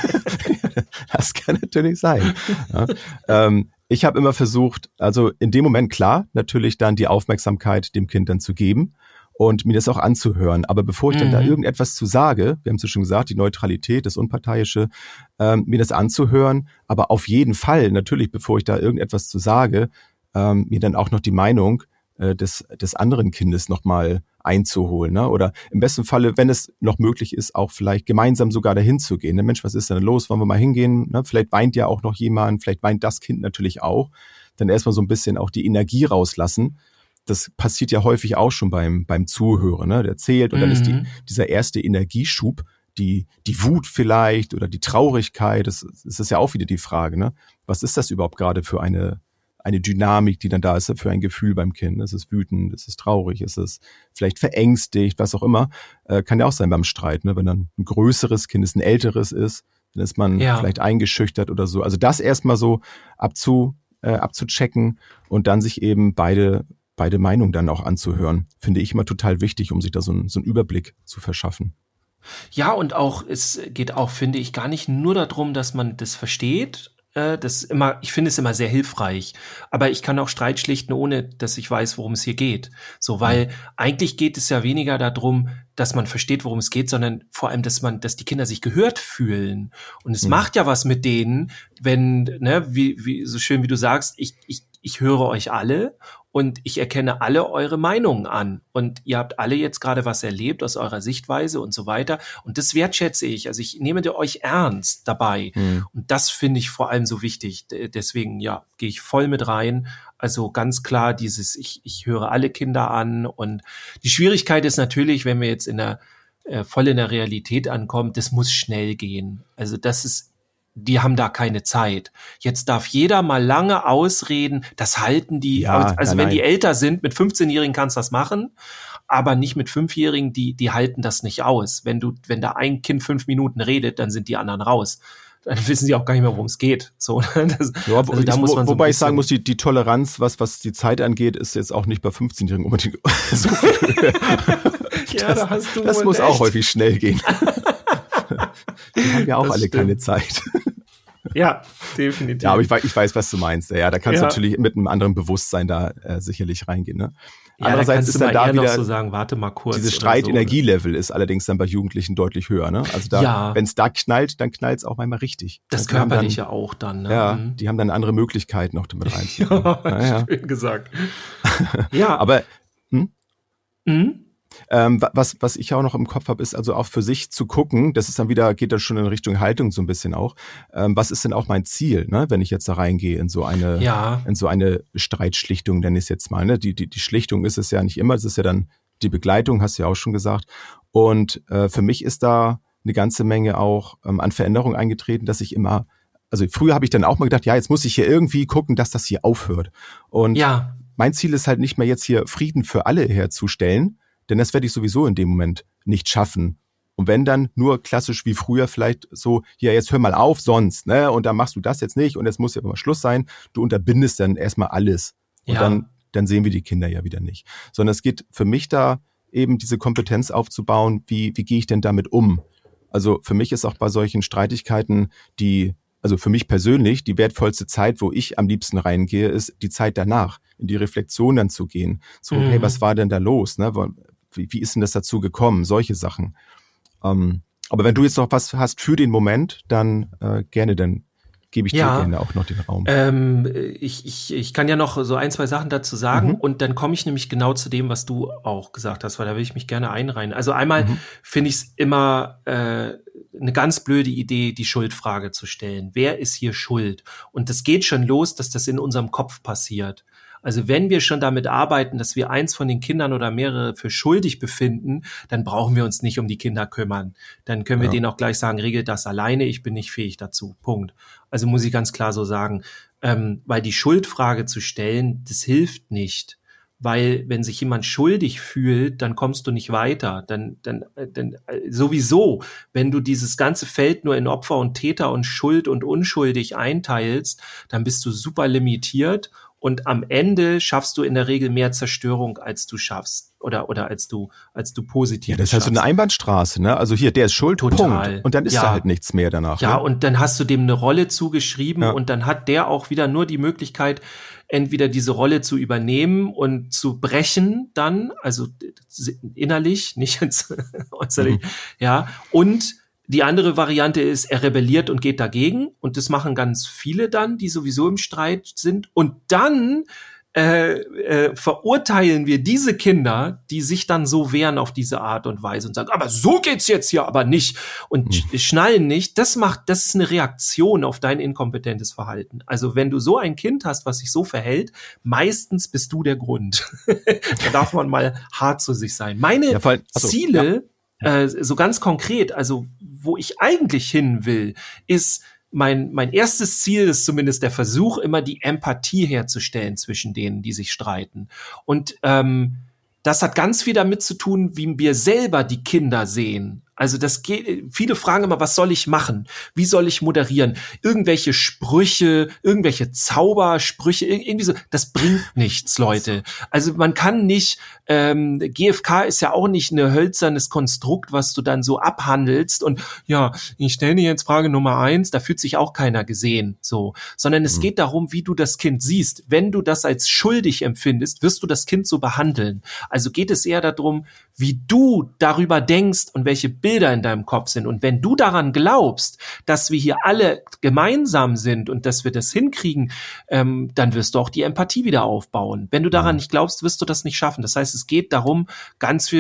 das kann natürlich sein. Ja. ähm, ich habe immer versucht, also in dem Moment klar, natürlich dann die Aufmerksamkeit dem Kind dann zu geben. Und mir das auch anzuhören. Aber bevor ich mhm. dann da irgendetwas zu sage, wir haben es ja schon gesagt, die Neutralität, das Unparteiische, ähm, mir das anzuhören, aber auf jeden Fall, natürlich, bevor ich da irgendetwas zu sage, ähm, mir dann auch noch die Meinung äh, des, des anderen Kindes nochmal einzuholen. Ne? Oder im besten Falle, wenn es noch möglich ist, auch vielleicht gemeinsam sogar dahin zu gehen. Ne? Mensch, was ist denn los? Wollen wir mal hingehen? Ne? Vielleicht weint ja auch noch jemand, vielleicht weint das Kind natürlich auch. Dann erstmal so ein bisschen auch die Energie rauslassen. Das passiert ja häufig auch schon beim beim Zuhören, ne? Der erzählt und mhm. dann ist die, dieser erste Energieschub, die die Wut vielleicht oder die Traurigkeit, das, das ist ja auch wieder die Frage, ne? Was ist das überhaupt gerade für eine eine Dynamik, die dann da ist, für ein Gefühl beim Kind? Ist es wütend, ist es traurig, ist es vielleicht verängstigt, was auch immer. Äh, kann ja auch sein beim Streit, ne? Wenn dann ein größeres Kind ist, ein älteres ist, dann ist man ja. vielleicht eingeschüchtert oder so. Also das erstmal so abzu, äh, abzuchecken und dann sich eben beide beide Meinungen dann auch anzuhören, finde ich immer total wichtig, um sich da so, ein, so einen Überblick zu verschaffen. Ja, und auch, es geht auch, finde ich, gar nicht nur darum, dass man das versteht. Das ist immer, ich finde es immer sehr hilfreich. Aber ich kann auch Streit schlichten, ohne dass ich weiß, worum es hier geht. So, weil mhm. eigentlich geht es ja weniger darum, dass man versteht, worum es geht, sondern vor allem, dass man, dass die Kinder sich gehört fühlen. Und es mhm. macht ja was mit denen, wenn, ne, wie, wie, so schön wie du sagst, ich, ich, ich höre euch alle und ich erkenne alle eure Meinungen an. Und ihr habt alle jetzt gerade was erlebt aus eurer Sichtweise und so weiter. Und das wertschätze ich. Also ich nehme euch ernst dabei. Mhm. Und das finde ich vor allem so wichtig. Deswegen, ja, gehe ich voll mit rein. Also ganz klar dieses, ich, ich höre alle Kinder an. Und die Schwierigkeit ist natürlich, wenn wir jetzt in der äh, voll in der Realität ankommt, das muss schnell gehen. Also das ist, die haben da keine Zeit. Jetzt darf jeder mal lange ausreden, das halten die, Ja, also nein, wenn nein. die älter sind, mit fünfzehnjährigen kannst du das machen, aber nicht mit Fünfjährigen, die, die halten das nicht aus. Wenn du, wenn da ein Kind fünf Minuten redet, dann sind die anderen raus. Dann wissen sie auch gar nicht mehr, worum es geht. So, das, Ja, also da ich, muss wo, man so wobei ein ich sagen bisschen- muss, die, die Toleranz, was, was die Zeit angeht, ist jetzt auch nicht bei fünfzehnjährigen unbedingt so viel höher. Ja, da hast du Das wohl muss recht. auch häufig schnell gehen. Die haben ja auch Das alle stimmt. keine Zeit. Ja, definitiv. Ja, aber ich weiß, ich weiß, was du meinst. Ja, da kannst Ja. du natürlich mit einem anderen Bewusstsein da äh, sicherlich reingehen. Ne? ja, Andererseits da kannst ist du dann mal da eher noch wieder so sagen, warte mal kurz. dieses oder Streitenergielevel ist allerdings dann bei Jugendlichen deutlich höher. Ne? Also da, Ja. wenn es da knallt, dann knallt es auch manchmal richtig. So. Das Die haben Körperliche dann, auch dann. Ne? Ja, Mhm. die haben dann andere Möglichkeiten noch damit reinzukommen. Ja, Naja. schön gesagt. Ja, Aber mhm. Ähm, wa- was, was ich auch noch im Kopf habe, ist also auch für sich zu gucken, das ist dann wieder, geht dann schon in Richtung Haltung so ein bisschen auch, ähm, was ist denn auch mein Ziel, ne, wenn ich jetzt da reingehe in so eine, Ja. in so eine Streitschlichtung, nenne ich es jetzt mal, ne, die, die, die Schlichtung ist es ja nicht immer, es ist ja dann die Begleitung, hast du ja auch schon gesagt, und äh, für mich ist da eine ganze Menge auch ähm, an Veränderung eingetreten, dass ich immer, also früher habe ich dann auch mal gedacht, ja, jetzt muss ich hier irgendwie gucken, dass das hier aufhört, und Ja, mein Ziel ist halt nicht mehr jetzt hier Frieden für alle herzustellen, denn das werde ich sowieso in dem Moment nicht schaffen. Und wenn dann nur klassisch wie früher vielleicht so, ja, jetzt hör mal auf, sonst, ne? Und dann machst du das jetzt nicht und jetzt muss ja mal Schluss sein. Du unterbindest dann erstmal alles. Und Ja. dann, dann sehen wir die Kinder ja wieder nicht. Sondern es geht für mich da eben diese Kompetenz aufzubauen, wie, wie gehe ich denn damit um? Also für mich ist auch bei solchen Streitigkeiten die, also für mich persönlich, die wertvollste Zeit, wo ich am liebsten reingehe, ist die Zeit danach, in die Reflexion dann zu gehen. So, Mhm. hey, was war denn da los? Ne? Wie, wie ist denn das dazu gekommen? Solche Sachen. Ähm, aber wenn du jetzt noch was hast für den Moment, dann äh, gerne, dann gebe ich Ja. dir gerne auch noch den Raum. Ähm, ich, ich, ich kann ja noch so ein, zwei Sachen dazu sagen Mhm. und dann komme ich nämlich genau zu dem, was du auch gesagt hast, weil da will ich mich gerne einreihen. Also einmal Mhm. finde ich es immer äh, eine ganz blöde Idee, die Schuldfrage zu stellen. Wer ist hier schuld? Und das geht schon los, dass das in unserem Kopf passiert. Also wenn wir schon damit arbeiten, dass wir eins von den Kindern oder mehrere für schuldig befinden, dann brauchen wir uns nicht um die Kinder kümmern. Dann können wir Ja. denen auch gleich sagen, regelt das alleine, ich bin nicht fähig dazu. Punkt. Also muss ich ganz klar so sagen, ähm, weil die Schuldfrage zu stellen, das hilft nicht. Weil wenn sich jemand schuldig fühlt, dann kommst du nicht weiter. Dann, dann, äh, dann äh, sowieso, wenn du dieses ganze Feld nur in Opfer und Täter und Schuld und unschuldig einteilst, dann bist du super limitiert. Und am Ende schaffst du in der Regel mehr Zerstörung, als du schaffst oder oder als du als du positiv Ja, das ist halt so eine Einbahnstraße, ne? Also hier, der ist schuld, Total. Punkt. Und dann ist Ja. da halt nichts mehr danach. Ja, ne? und dann hast du dem eine Rolle zugeschrieben Ja. und dann hat der auch wieder nur die Möglichkeit, entweder diese Rolle zu übernehmen und zu brechen dann, also innerlich, nicht jetzt äußerlich, Mhm. ja, und die andere Variante ist, er rebelliert und geht dagegen und das machen ganz viele dann, die sowieso im Streit sind und dann äh, äh, verurteilen wir diese Kinder, die sich dann so wehren auf diese Art und Weise und sagen, aber so geht's jetzt hier aber nicht und sch- schnallen nicht. Das macht, das ist eine Reaktion auf dein inkompetentes Verhalten. Also wenn du so ein Kind hast, was sich so verhält, meistens bist du der Grund. Da darf man mal hart zu sich sein. Meine Ja, vor allem- achso, Ziele, äh, so ganz konkret, also wo ich eigentlich hin will, ist mein, mein erstes Ziel ist zumindest der Versuch, immer die Empathie herzustellen zwischen denen, die sich streiten. Und ähm, das hat ganz viel damit zu tun, wie wir selber die Kinder sehen. Also das geht, viele fragen immer, was soll ich machen? Wie soll ich moderieren? Irgendwelche Sprüche, irgendwelche Zaubersprüche, irgendwie so, das bringt nichts, Leute. Also man kann nicht, ähm, G F K ist ja auch nicht ein hölzernes Konstrukt, was du dann so abhandelst und ja, ich stelle dir jetzt Frage Nummer eins, da fühlt sich auch keiner gesehen, so. Sondern es Mhm. geht darum, wie du das Kind siehst. Wenn du das als schuldig empfindest, wirst du das Kind so behandeln. Also geht es eher darum, wie du darüber denkst und welche Bilder in deinem Kopf sind. Und wenn du daran glaubst, dass wir hier alle gemeinsam sind und dass wir das hinkriegen, ähm, dann wirst du auch die Empathie wieder aufbauen. Wenn du daran Mhm. nicht glaubst, wirst du das nicht schaffen. Das heißt, es geht darum, ganz viel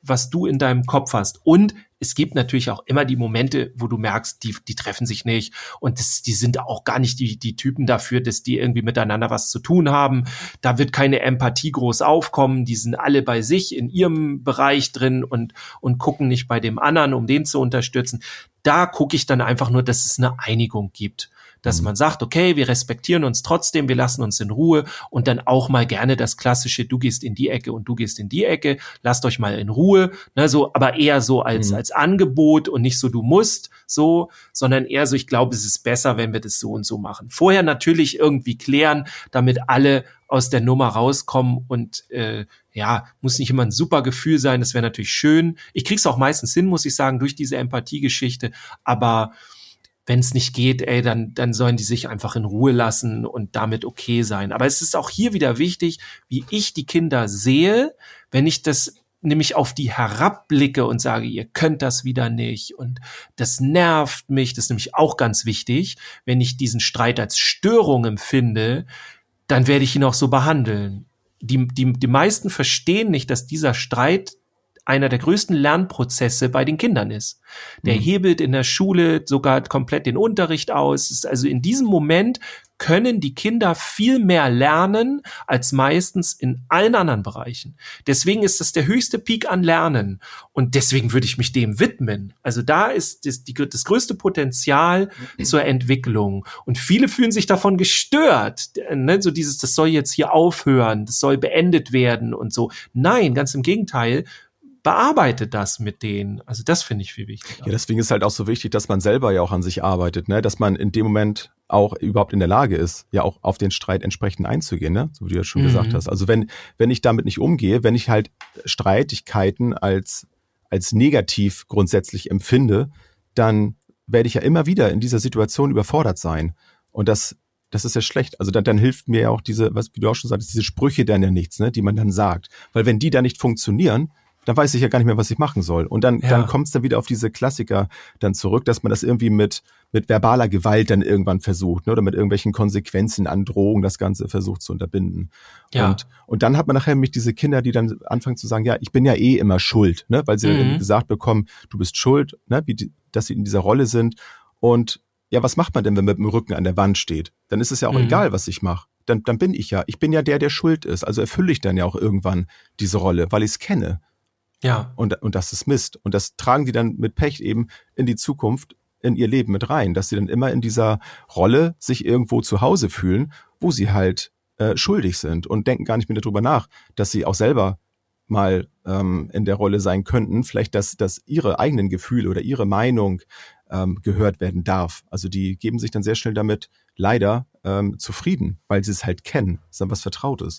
was du in deinem Kopf hast. Und es gibt natürlich auch immer die Momente, wo du merkst, die, die treffen sich nicht und das, die sind auch gar nicht die, die Typen dafür, dass die irgendwie miteinander was zu tun haben. Da wird keine Empathie groß aufkommen. Die sind alle bei sich in ihrem Bereich drin und, und gucken nicht bei dem anderen, um den zu unterstützen. Da gucke ich dann einfach nur, dass es eine Einigung gibt. Dass man sagt, okay, wir respektieren uns trotzdem, wir lassen uns in Ruhe und dann auch mal gerne das klassische, du gehst in die Ecke und du gehst in die Ecke, lasst euch mal in Ruhe, ne, so, aber eher so als, mhm. als Angebot und nicht so, du musst, so, sondern eher so, ich glaube, es ist besser, wenn wir das so und so machen. Vorher natürlich irgendwie klären, damit alle aus der Nummer rauskommen und, äh, ja, muss nicht immer ein super Gefühl sein, das wäre natürlich schön. Ich krieg's auch meistens hin, muss ich sagen, durch diese Empathiegeschichte, aber wenn es nicht geht, ey, dann, dann sollen die sich einfach in Ruhe lassen und damit okay sein. Aber es ist auch hier wieder wichtig, wie ich die Kinder sehe, wenn ich das nämlich auf die herabblicke und sage, ihr könnt das wieder nicht und das nervt mich, das ist nämlich auch ganz wichtig. Wenn ich diesen Streit als Störung empfinde, dann werde ich ihn auch so behandeln. Die, die, die meisten verstehen nicht, dass dieser Streit einer der größten Lernprozesse bei den Kindern ist. Der mhm. hebelt in der Schule sogar komplett den Unterricht aus. Also in diesem Moment können die Kinder viel mehr lernen als meistens in allen anderen Bereichen. Deswegen ist das der höchste Peak an Lernen. Und deswegen würde ich mich dem widmen. Also da ist das, die, das größte Potenzial mhm. zur Entwicklung. Und viele fühlen sich davon gestört. Ne? So dieses, das soll jetzt hier aufhören, das soll beendet werden und so. Nein, ganz im Gegenteil. Bearbeitet das mit denen. Also das finde ich viel wichtiger. Ja, deswegen ist halt auch so wichtig, dass man selber ja auch an sich arbeitet, ne? Dass man in dem Moment auch überhaupt in der Lage ist, ja auch auf den Streit entsprechend einzugehen, ne? So wie du ja schon mhm. gesagt hast. Also wenn wenn ich damit nicht umgehe, wenn ich halt Streitigkeiten als als negativ grundsätzlich empfinde, dann werde ich ja immer wieder in dieser Situation überfordert sein. Und das Das ist ja schlecht. Also dann, dann hilft mir ja auch diese, was wie du auch schon sagtest, diese Sprüche dann ja nichts, ne, die man dann sagt. Weil wenn die dann nicht funktionieren, dann weiß ich ja gar nicht mehr, was ich machen soll. Und dann, ja. dann kommt es dann wieder auf diese Klassiker dann zurück, dass man das irgendwie mit mit verbaler Gewalt dann irgendwann versucht, ne? Oder mit irgendwelchen Konsequenzen an Drohungen das Ganze versucht zu unterbinden. Ja. Und und dann hat man nachher nämlich diese Kinder, die dann anfangen zu sagen, ja, ich bin ja eh immer schuld, ne? Weil sie mhm. dann gesagt bekommen, du bist schuld, ne? Wie die, dass sie in dieser Rolle sind. Und ja, was macht man denn, wenn man mit dem Rücken an der Wand steht? Dann ist es ja auch mhm. egal, was ich mache. Dann, dann bin ich ja, ich bin ja der, der schuld ist. Also erfülle ich dann ja auch irgendwann diese Rolle, weil ich es kenne. Ja. Und, und das ist Mist. Und das tragen die dann mit Pech eben in die Zukunft, in ihr Leben mit rein, dass sie dann immer in dieser Rolle sich irgendwo zu Hause fühlen, wo sie halt äh, schuldig sind und denken gar nicht mehr darüber nach, dass sie auch selber mal ähm, in der Rolle sein könnten, vielleicht, dass, dass ihre eigenen Gefühle oder ihre Meinung ähm, gehört werden darf. Also die geben sich dann sehr schnell damit leider ähm, zufrieden, weil sie es halt kennen. Das ist dann was Vertrautes.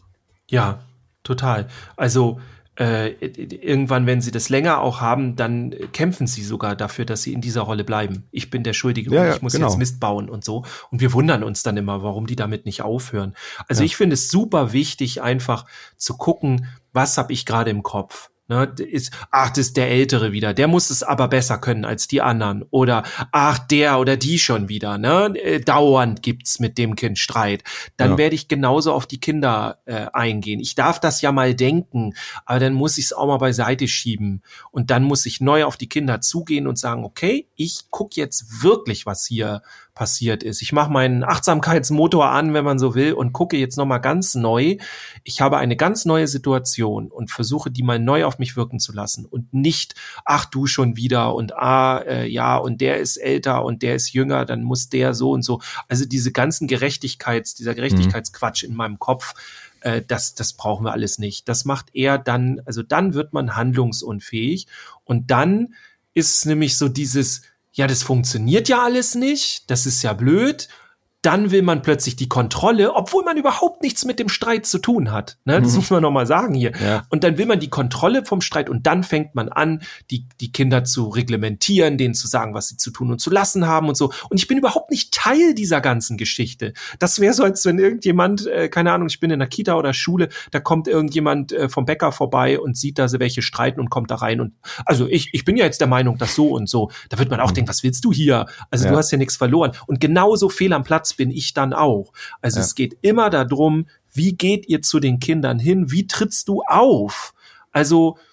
Ja, total. Also Äh, irgendwann, wenn sie das länger auch haben, dann kämpfen sie sogar dafür, dass sie in dieser Rolle bleiben. Ich bin der Schuldige ja, und ich muss genau. jetzt Mist bauen und so. Und wir wundern uns dann immer, warum die damit nicht aufhören. Also ja. ich finde es super wichtig, einfach zu gucken, was habe ich gerade im Kopf. Ne, ist, ach, das ist der Ältere wieder, der muss es aber besser können als die anderen. Oder, ach, der oder die schon wieder, ne? Dauernd gibt's mit dem Kind Streit. Dann ja. werde ich genauso auf die Kinder äh, eingehen. Ich darf das ja mal denken, aber dann muss ich es auch mal beiseite schieben. Und dann muss ich neu auf die Kinder zugehen und sagen, okay, ich guck jetzt wirklich, was hier passiert ist. Ich mache meinen Achtsamkeitsmotor an, wenn man so will, und gucke jetzt nochmal ganz neu. Ich habe eine ganz neue Situation und versuche, die mal neu auf mich wirken zu lassen und nicht, ach du schon wieder und ah, äh, ja, und der ist älter und der ist jünger, dann muss der so und so. Also diese ganzen Gerechtigkeits, dieser Gerechtigkeitsquatsch mhm. in meinem Kopf, äh, das, das brauchen wir alles nicht. Das macht eher dann, also dann wird man handlungsunfähig und dann ist es nämlich so dieses, ja, das funktioniert ja alles nicht, das ist ja blöd. Dann will man plötzlich die Kontrolle, obwohl man überhaupt nichts mit dem Streit zu tun hat. Ne? Das mhm. muss man nochmal sagen hier. Ja. Und dann will man die Kontrolle vom Streit und dann fängt man an, die, die Kinder zu reglementieren, denen zu sagen, was sie zu tun und zu lassen haben und so. Und ich bin überhaupt nicht Teil dieser ganzen Geschichte. Das wäre so, als wenn irgendjemand, äh, keine Ahnung, ich bin in der Kita oder Schule, da kommt irgendjemand äh, vom Bäcker vorbei und sieht, da sie welche streiten und kommt da rein. Und also ich, ich bin ja jetzt der Meinung, dass so und so. Da wird man auch mhm. denken, was willst du hier? Also ja. du hast ja nichts verloren. Und genauso fehl am Platz bin ich dann auch. Also ja. es geht immer darum, wie geht ihr zu den Kindern hin? Wie trittst du auf? Also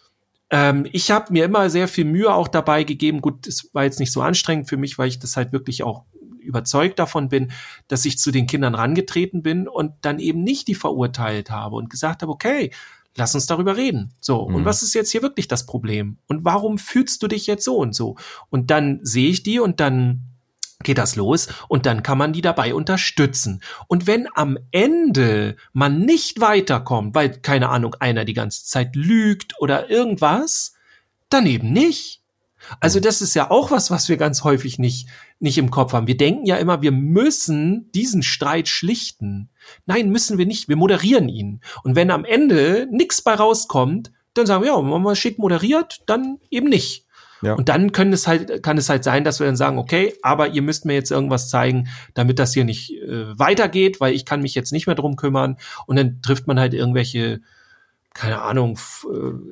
ähm, ich habe mir immer sehr viel Mühe auch dabei gegeben. Gut, es war jetzt nicht so anstrengend für mich, weil ich das halt wirklich auch überzeugt davon bin, dass ich zu den Kindern rangetreten bin und dann eben nicht die verurteilt habe und gesagt habe, okay, lass uns darüber reden. So, mhm. und was ist jetzt hier wirklich das Problem? Und warum fühlst du dich jetzt so und so? Und dann sehe ich die und dann geht das los und dann kann man die dabei unterstützen. Und wenn am Ende man nicht weiterkommt, weil, keine Ahnung, einer die ganze Zeit lügt oder irgendwas, dann eben nicht. Also das ist ja auch was, was wir ganz häufig nicht, nicht im Kopf haben. Wir denken ja immer, wir müssen diesen Streit schlichten. Nein, müssen wir nicht. Wir moderieren ihn. Und wenn am Ende nichts bei rauskommt, dann sagen wir, ja, wenn man schick moderiert, dann eben nicht. Ja. Und dann können es halt, kann es halt sein, dass wir dann sagen, okay, aber ihr müsst mir jetzt irgendwas zeigen, damit das hier nicht äh, weitergeht, weil ich kann mich jetzt nicht mehr drum kümmern. Und dann trifft man halt irgendwelche, keine Ahnung, f-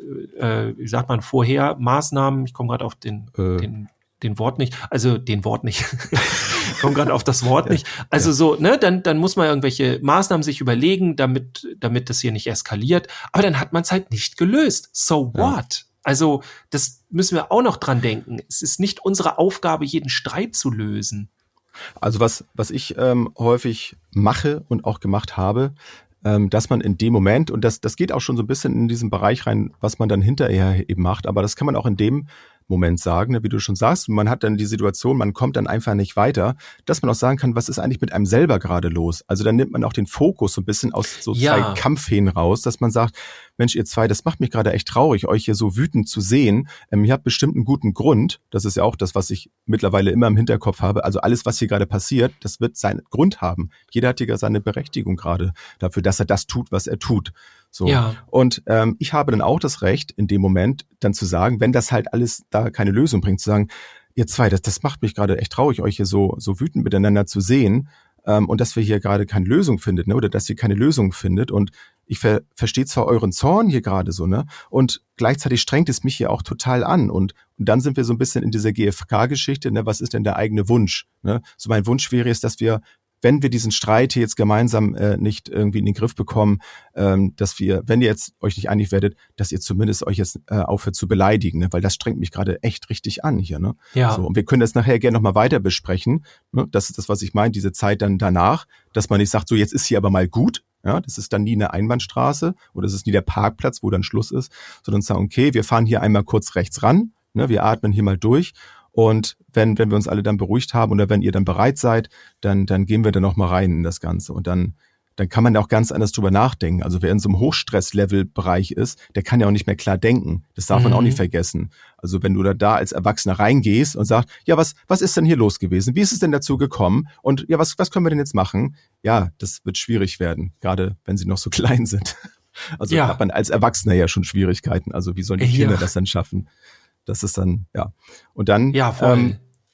äh, wie sagt man, vorher Maßnahmen. Ich komme gerade auf den, äh. den, den Wort nicht. Also den Wort nicht. Ich komme gerade auf das Wort nicht. Also ja. so, ne, dann, dann muss man irgendwelche Maßnahmen sich überlegen, damit, damit das hier nicht eskaliert. Aber dann hat man es halt nicht gelöst. So what? Ja. Also das müssen wir auch noch dran denken. Es ist nicht unsere Aufgabe, jeden Streit zu lösen. Also was, was ich ähm, häufig mache und auch gemacht habe, ähm, dass man in dem Moment, und das, das geht auch schon so ein bisschen in diesen Bereich rein, was man dann hinterher eben macht, aber das kann man auch in dem Moment sagen, ne, wie du schon sagst, man hat dann die Situation, man kommt dann einfach nicht weiter, dass man auch sagen kann, was ist eigentlich mit einem selber gerade los? Also dann nimmt man auch den Fokus so ein bisschen aus so ja. zwei Kampfhähnen raus, dass man sagt, Mensch, ihr zwei, das macht mich gerade echt traurig, euch hier so wütend zu sehen. Ähm, ihr habt bestimmt einen guten Grund. Das ist ja auch das, was ich mittlerweile immer im Hinterkopf habe. Also alles, was hier gerade passiert, das wird seinen Grund haben. Jeder hat hier seine Berechtigung gerade dafür, dass er das tut, was er tut. So. Ja. Und ähm, ich habe dann auch das Recht, in dem Moment dann zu sagen, wenn das halt alles da keine Lösung bringt, zu sagen, ihr zwei, das, das macht mich gerade echt traurig, euch hier so, so wütend miteinander zu sehen ähm, und dass wir hier gerade keine Lösung findet, ne, oder dass ihr keine Lösung findet. Und ich ver- verstehe zwar euren Zorn hier gerade so, ne, und gleichzeitig strengt es mich hier auch total an. Und, und dann sind wir so ein bisschen in dieser G F K-Geschichte, ne, was ist denn der eigene Wunsch? Ne? So mein Wunsch wäre es, dass wir, wenn wir diesen Streit hier jetzt gemeinsam äh, nicht irgendwie in den Griff bekommen, ähm, dass wir, wenn ihr jetzt euch nicht einig werdet, dass ihr zumindest euch jetzt äh, aufhört zu beleidigen, ne? Weil das strengt mich gerade echt richtig an hier. Ne? Ja. So, und wir können das nachher gerne nochmal weiter besprechen. Ne? Das ist das, was ich meine, diese Zeit dann danach, dass man nicht sagt, so jetzt ist hier aber mal gut. Ja, das ist dann nie eine Einbahnstraße oder es ist nie der Parkplatz, wo dann Schluss ist, sondern sagen, okay, wir fahren hier einmal kurz rechts ran, ne? Wir atmen hier mal durch. Und wenn, wenn wir uns alle dann beruhigt haben oder wenn ihr dann bereit seid, dann, dann gehen wir da noch mal rein in das Ganze. Und dann, dann kann man da auch ganz anders drüber nachdenken. Also wer in so einem Hochstress-Level-Bereich ist, der kann ja auch nicht mehr klar denken. Das darf mhm. man auch nicht vergessen. Also wenn du da, da als Erwachsener reingehst und sagst, ja, was, was ist denn hier los gewesen? Wie ist es denn dazu gekommen? Und ja, was, was können wir denn jetzt machen? Ja, das wird schwierig werden, gerade wenn sie noch so klein sind. Also ja. hat man als Erwachsener ja schon Schwierigkeiten. Also wie sollen die Kinder ja. das dann schaffen? Das ist dann, ja. Und dann, ja, voll. Ähm,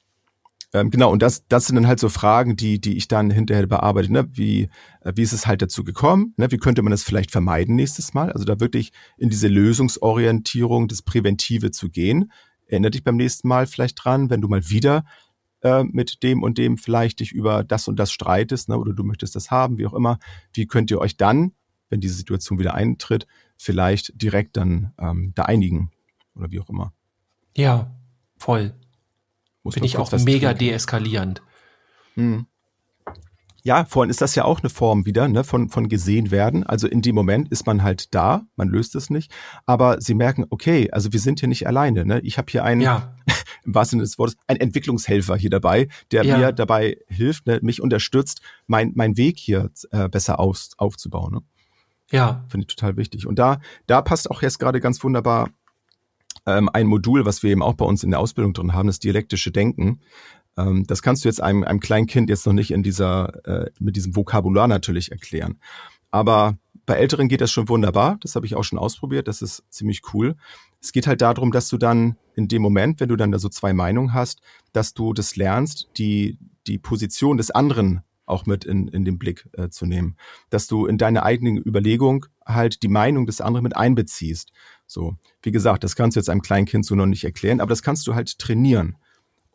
ähm, genau, und das, das sind dann halt so Fragen, die, die ich dann hinterher bearbeite, ne? Wie, äh, wie ist es halt dazu gekommen? Ne? Wie könnte man das vielleicht vermeiden nächstes Mal? Also da wirklich in diese Lösungsorientierung, das Präventive zu gehen. Erinnere dich beim nächsten Mal vielleicht dran, wenn du mal wieder äh, mit dem und dem vielleicht dich über das und das streitest, ne? Oder du möchtest das haben, wie auch immer. Wie könnt ihr euch dann, wenn diese Situation wieder eintritt, vielleicht direkt dann ähm, da einigen? Oder wie auch immer. Ja, voll. Finde ich auch mega deeskalierend. Hm. Ja, vorhin ist das ja auch eine Form wieder, ne, von, von gesehen werden. Also in dem Moment ist man halt da, man löst es nicht. Aber sie merken, okay, also wir sind hier nicht alleine. Ne? Ich habe hier einen, ja. im wahrsten Sinne des Wortes, einen Entwicklungshelfer hier dabei, der ja. mir dabei hilft, ne, mich unterstützt, mein, mein Weg hier äh, besser auf, aufzubauen. Ne? Ja. Finde ich total wichtig. Und da, da passt auch jetzt gerade ganz wunderbar ein Modul, was wir eben auch bei uns in der Ausbildung drin haben, das dialektische Denken. Das kannst du jetzt einem, einem kleinen Kind jetzt noch nicht in dieser, mit diesem Vokabular natürlich erklären. Aber bei Älteren geht das schon wunderbar. Das habe ich auch schon ausprobiert. Das ist ziemlich cool. Es geht halt darum, dass du dann in dem Moment, wenn du dann da so zwei Meinungen hast, dass du das lernst, die, die Position des anderen auch mit in, in den Blick äh, zu nehmen. Dass du in deine eigene Überlegung halt die Meinung des anderen mit einbeziehst. So, wie gesagt, das kannst du jetzt einem kleinen Kind so noch nicht erklären, aber das kannst du halt trainieren.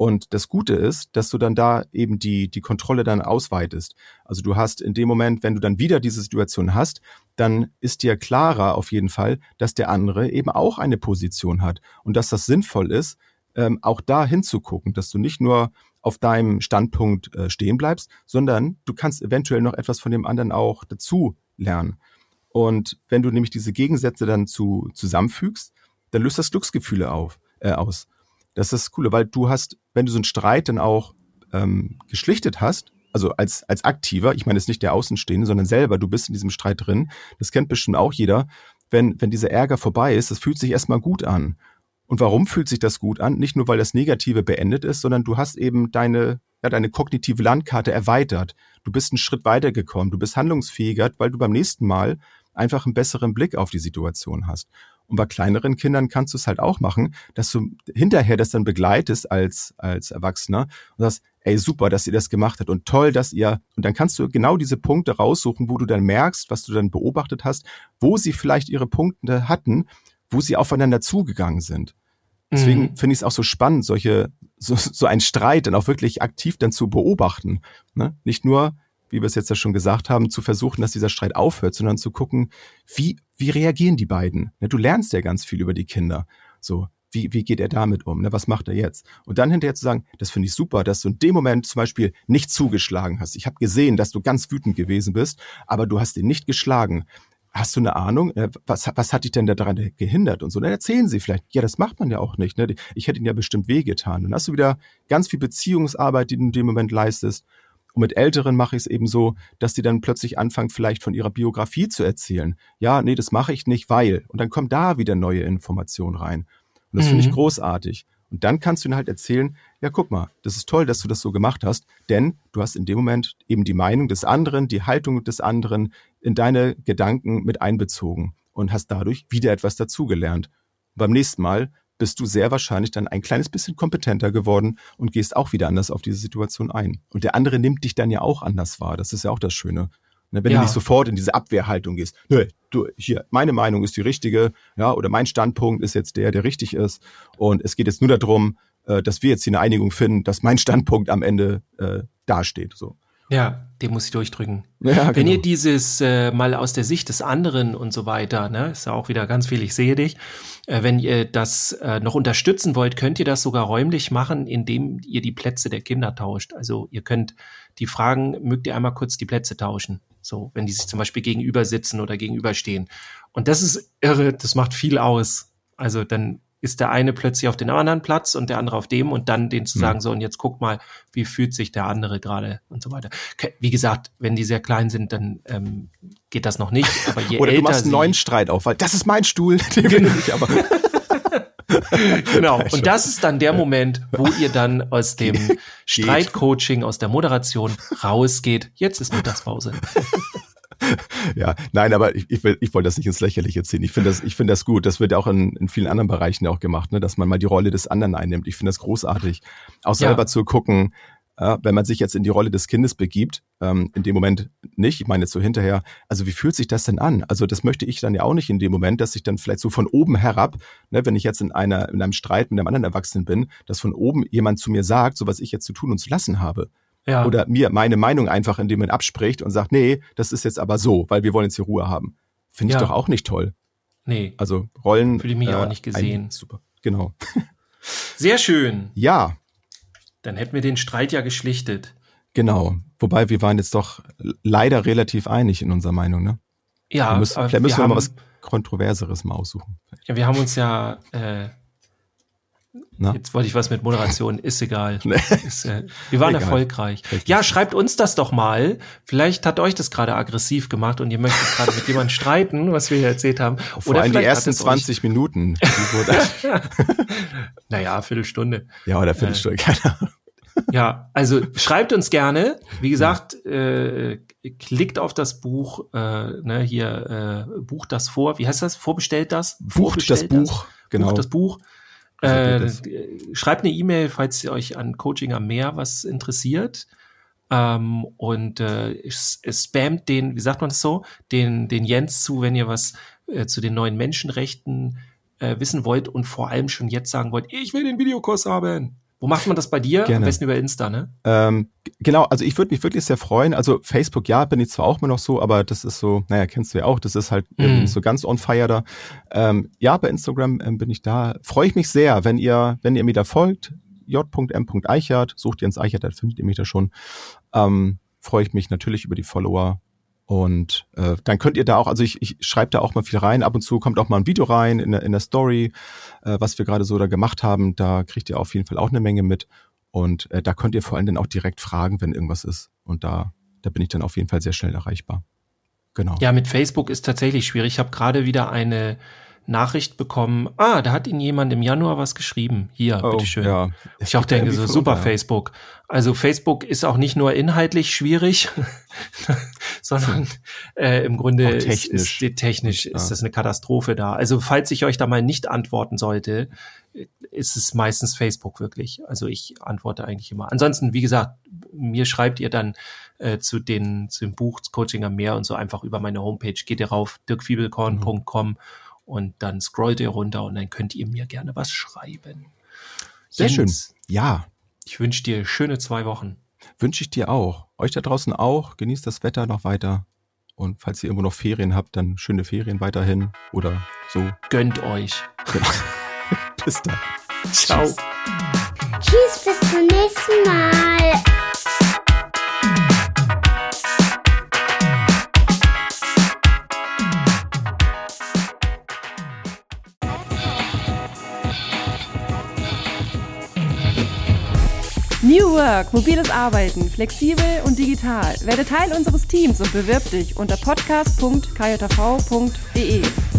Und das Gute ist, dass du dann da eben die, die Kontrolle dann ausweitest. Also du hast in dem Moment, wenn du dann wieder diese Situation hast, dann ist dir klarer auf jeden Fall, dass der andere eben auch eine Position hat und dass das sinnvoll ist, ähm, auch da hinzugucken, dass du nicht nur auf deinem Standpunkt äh, stehen bleibst, sondern du kannst eventuell noch etwas von dem anderen auch dazu lernen. Und wenn du nämlich diese Gegensätze dann zu, zusammenfügst, dann löst das Glücksgefühle auf, äh, aus. Das ist das Coole, weil du hast, wenn du so einen Streit dann auch ähm, geschlichtet hast, also als als Aktiver, ich meine jetzt nicht der Außenstehende, sondern selber, du bist in diesem Streit drin, das kennt bestimmt auch jeder, wenn wenn dieser Ärger vorbei ist, das fühlt sich erstmal gut an. Und warum fühlt sich das gut an? Nicht nur, weil das Negative beendet ist, sondern du hast eben deine ja, deine kognitive Landkarte erweitert. Du bist einen Schritt weitergekommen, du bist handlungsfähiger, weil du beim nächsten Mal einfach einen besseren Blick auf die Situation hast. Und bei kleineren Kindern kannst du es halt auch machen, dass du hinterher das dann begleitest als als Erwachsener und sagst, ey, super, dass ihr das gemacht habt und toll, dass ihr, und dann kannst du genau diese Punkte raussuchen, wo du dann merkst, was du dann beobachtet hast, wo sie vielleicht ihre Punkte hatten, wo sie aufeinander zugegangen sind. Deswegen mhm. finde ich es auch so spannend, solche so, so einen Streit dann auch wirklich aktiv dann zu beobachten. Ne? Nicht nur, wie wir es jetzt ja schon gesagt haben, zu versuchen, dass dieser Streit aufhört, sondern zu gucken, wie wie reagieren die beiden? Du lernst ja ganz viel über die Kinder. So, wie wie geht er damit um? Was macht er jetzt? Und dann hinterher zu sagen, das finde ich super, dass du in dem Moment zum Beispiel nicht zugeschlagen hast. Ich habe gesehen, dass du ganz wütend gewesen bist, aber du hast ihn nicht geschlagen. Hast du eine Ahnung, was, was hat dich denn daran gehindert und so? Dann erzählen sie vielleicht, ja, das macht man ja auch nicht. Ne? Ich hätte ihnen ja bestimmt wehgetan. Dann hast du wieder ganz viel Beziehungsarbeit, die du in dem Moment leistest. Und mit Älteren mache ich es eben so, dass die dann plötzlich anfangen, vielleicht von ihrer Biografie zu erzählen. Ja, nee, das mache ich nicht, weil. Und dann kommen da wieder neue Informationen rein. Und das mhm. finde ich großartig. Und dann kannst du ihnen halt erzählen, ja, guck mal, das ist toll, dass du das so gemacht hast, denn du hast in dem Moment eben die Meinung des anderen, die Haltung des anderen in deine Gedanken mit einbezogen und hast dadurch wieder etwas dazugelernt. Und beim nächsten Mal bist du sehr wahrscheinlich dann ein kleines bisschen kompetenter geworden und gehst auch wieder anders auf diese Situation ein. Und der andere nimmt dich dann ja auch anders wahr. Das ist ja auch das Schöne. Wenn ja. du nicht sofort in diese Abwehrhaltung gehst, nö, du, hier, meine Meinung ist die richtige, ja, oder mein Standpunkt ist jetzt der, der richtig ist. Und es geht jetzt nur darum, dass wir jetzt hier eine Einigung finden, dass mein Standpunkt am Ende äh, dasteht. So. Ja, den muss ich durchdrücken. Ja, Wenn genau. ihr dieses äh, mal aus der Sicht des anderen und so weiter, ne, ist ja auch wieder ganz viel, ich sehe dich, äh, wenn ihr das äh, noch unterstützen wollt, könnt ihr das sogar räumlich machen, indem ihr die Plätze der Kinder tauscht. Also ihr könnt die fragen, mögt ihr einmal kurz die Plätze tauschen? So, wenn die sich zum Beispiel gegenüber sitzen oder gegenüberstehen. Und das ist irre, das macht viel aus. Also dann ist der eine plötzlich auf den anderen Platz und der andere auf dem und dann denen zu sagen, mhm. so, und jetzt guck mal, wie fühlt sich der andere gerade und so weiter. Wie gesagt, wenn die sehr klein sind, dann ähm, geht das noch nicht, aber je Oder älter du machst einen sie, neuen Streit auf, weil das ist mein Stuhl, den will ich nicht, aber genau, und das ist dann der Moment, wo ihr dann aus dem Streitcoaching, aus der Moderation rausgeht. Jetzt ist Mittagspause. Ja, nein, aber ich, ich will, ich wollte das nicht ins Lächerliche ziehen. Ich finde das, ich finde das gut. Das wird auch in, in vielen anderen Bereichen auch gemacht, ne, dass man mal die Rolle des anderen einnimmt. Ich finde das großartig. Auch selber ja. zu gucken, äh, wenn man sich jetzt in die Rolle des Kindes begibt, ähm, in dem Moment nicht. Ich meine jetzt so hinterher. Also wie fühlt sich das denn an? Also das möchte ich dann ja auch nicht in dem Moment, dass ich dann vielleicht so von oben herab, ne, wenn ich jetzt in einer, in einem Streit mit einem anderen Erwachsenen bin, dass von oben jemand zu mir sagt, so was ich jetzt zu tun und zu lassen habe. Ja. Oder mir meine Meinung einfach in dem Moment abspricht und sagt, nee, das ist jetzt aber so, weil wir wollen jetzt hier Ruhe haben. Finde ich ja. doch auch nicht toll. Nee. Also Rollen. Fühle ich mich äh, auch nicht gesehen. Ein, super, genau. Sehr schön. Ja. Dann hätten wir den Streit ja geschlichtet. Genau. Wobei wir waren jetzt doch leider relativ einig in unserer Meinung, ne? Ja. Wir müssen, aber vielleicht müssen wir, wir mal haben, was Kontroverseres mal aussuchen. Ja, wir haben uns ja äh, Na? Jetzt wollte ich was mit Moderation, ist egal. Nee. Ist, äh, wir waren egal. Erfolgreich. Richtig. Ja, schreibt uns das doch mal. Vielleicht hat euch das gerade aggressiv gemacht und ihr möchtet gerade mit jemandem streiten, was wir hier erzählt haben. Vor allem die ersten zwanzig Minuten. Naja, Viertelstunde. Ja, oder Viertelstunde, äh, keine Ahnung. Ja, also schreibt uns gerne. Wie gesagt, äh, klickt auf das Buch, äh, ne, hier, äh, bucht das vor. Wie heißt das? Vorbestellt das? Bucht das Buch, das? genau. Bucht das Buch. Äh, schreibt eine E-Mail, falls ihr euch an Coaching am Meer was interessiert. Ähm, und äh, spammt den, wie sagt man das so, den, den Jens zu, wenn ihr was äh, zu den neuen Menschenrechten äh, wissen wollt und vor allem schon jetzt sagen wollt, ich will den Videokurs haben. Wo macht man das bei dir? Gerne. Am besten über Insta, ne? Ähm, genau, also ich würde mich wirklich sehr freuen. Also Facebook, ja, bin ich zwar auch immer noch so, aber das ist so, naja, kennst du ja auch, das ist halt Mm. irgendwie nicht so ganz on fire da. Ähm, ja, bei Instagram ähm, bin ich da. Freue ich mich sehr, wenn ihr, wenn ihr mir da folgt, j punkt m punkt eichert, sucht ihr ins Eichert, dann findet ihr mich da schon. Ähm, freue ich mich natürlich über die Follower. Und äh, dann könnt ihr da auch, also ich, ich schreibe da auch mal viel rein, ab und zu kommt auch mal ein Video rein in der, in der Story, äh, was wir gerade so da gemacht haben, da kriegt ihr auf jeden Fall auch eine Menge mit und äh, da könnt ihr vor allem dann auch direkt fragen, wenn irgendwas ist und da, da bin ich dann auf jeden Fall sehr schnell erreichbar. Genau. Ja, mit Facebook ist tatsächlich schwierig. Ich habe gerade wieder eine Nachricht bekommen, ah, da hat Ihnen jemand im Januar was geschrieben. Hier, Oh, bitteschön. ja. Ich auch denke so, super Facebook. Also Facebook ist auch nicht nur inhaltlich schwierig, sondern äh, im Grunde Auch ist, technisch. ist technisch Ja. ist das eine Katastrophe da. Also falls ich euch da mal nicht antworten sollte, ist es meistens Facebook wirklich. Also ich antworte eigentlich immer. Ansonsten, wie gesagt, mir schreibt ihr dann äh, zu den zu dem Buch Coaching am Meer und so einfach über meine Homepage. Geht ihr rauf, dirk fiebelkorn punkt com und dann scrollt ihr runter und dann könnt ihr mir gerne was schreiben. Sehr Jens, schön. Ja, ich wünsche dir schöne zwei Wochen. wünsche ich dir auch. Euch da draußen auch. Genießt das Wetter noch weiter. Und falls ihr irgendwo noch Ferien habt, dann schöne Ferien weiterhin oder so. Gönnt euch. Genau. Bis dann. Ciao. Tschüss, bis zum nächsten Mal. New Work, mobiles Arbeiten, flexibel und digital. Werde Teil unseres Teams und bewirb dich unter podcast punkt k j v punkt d e.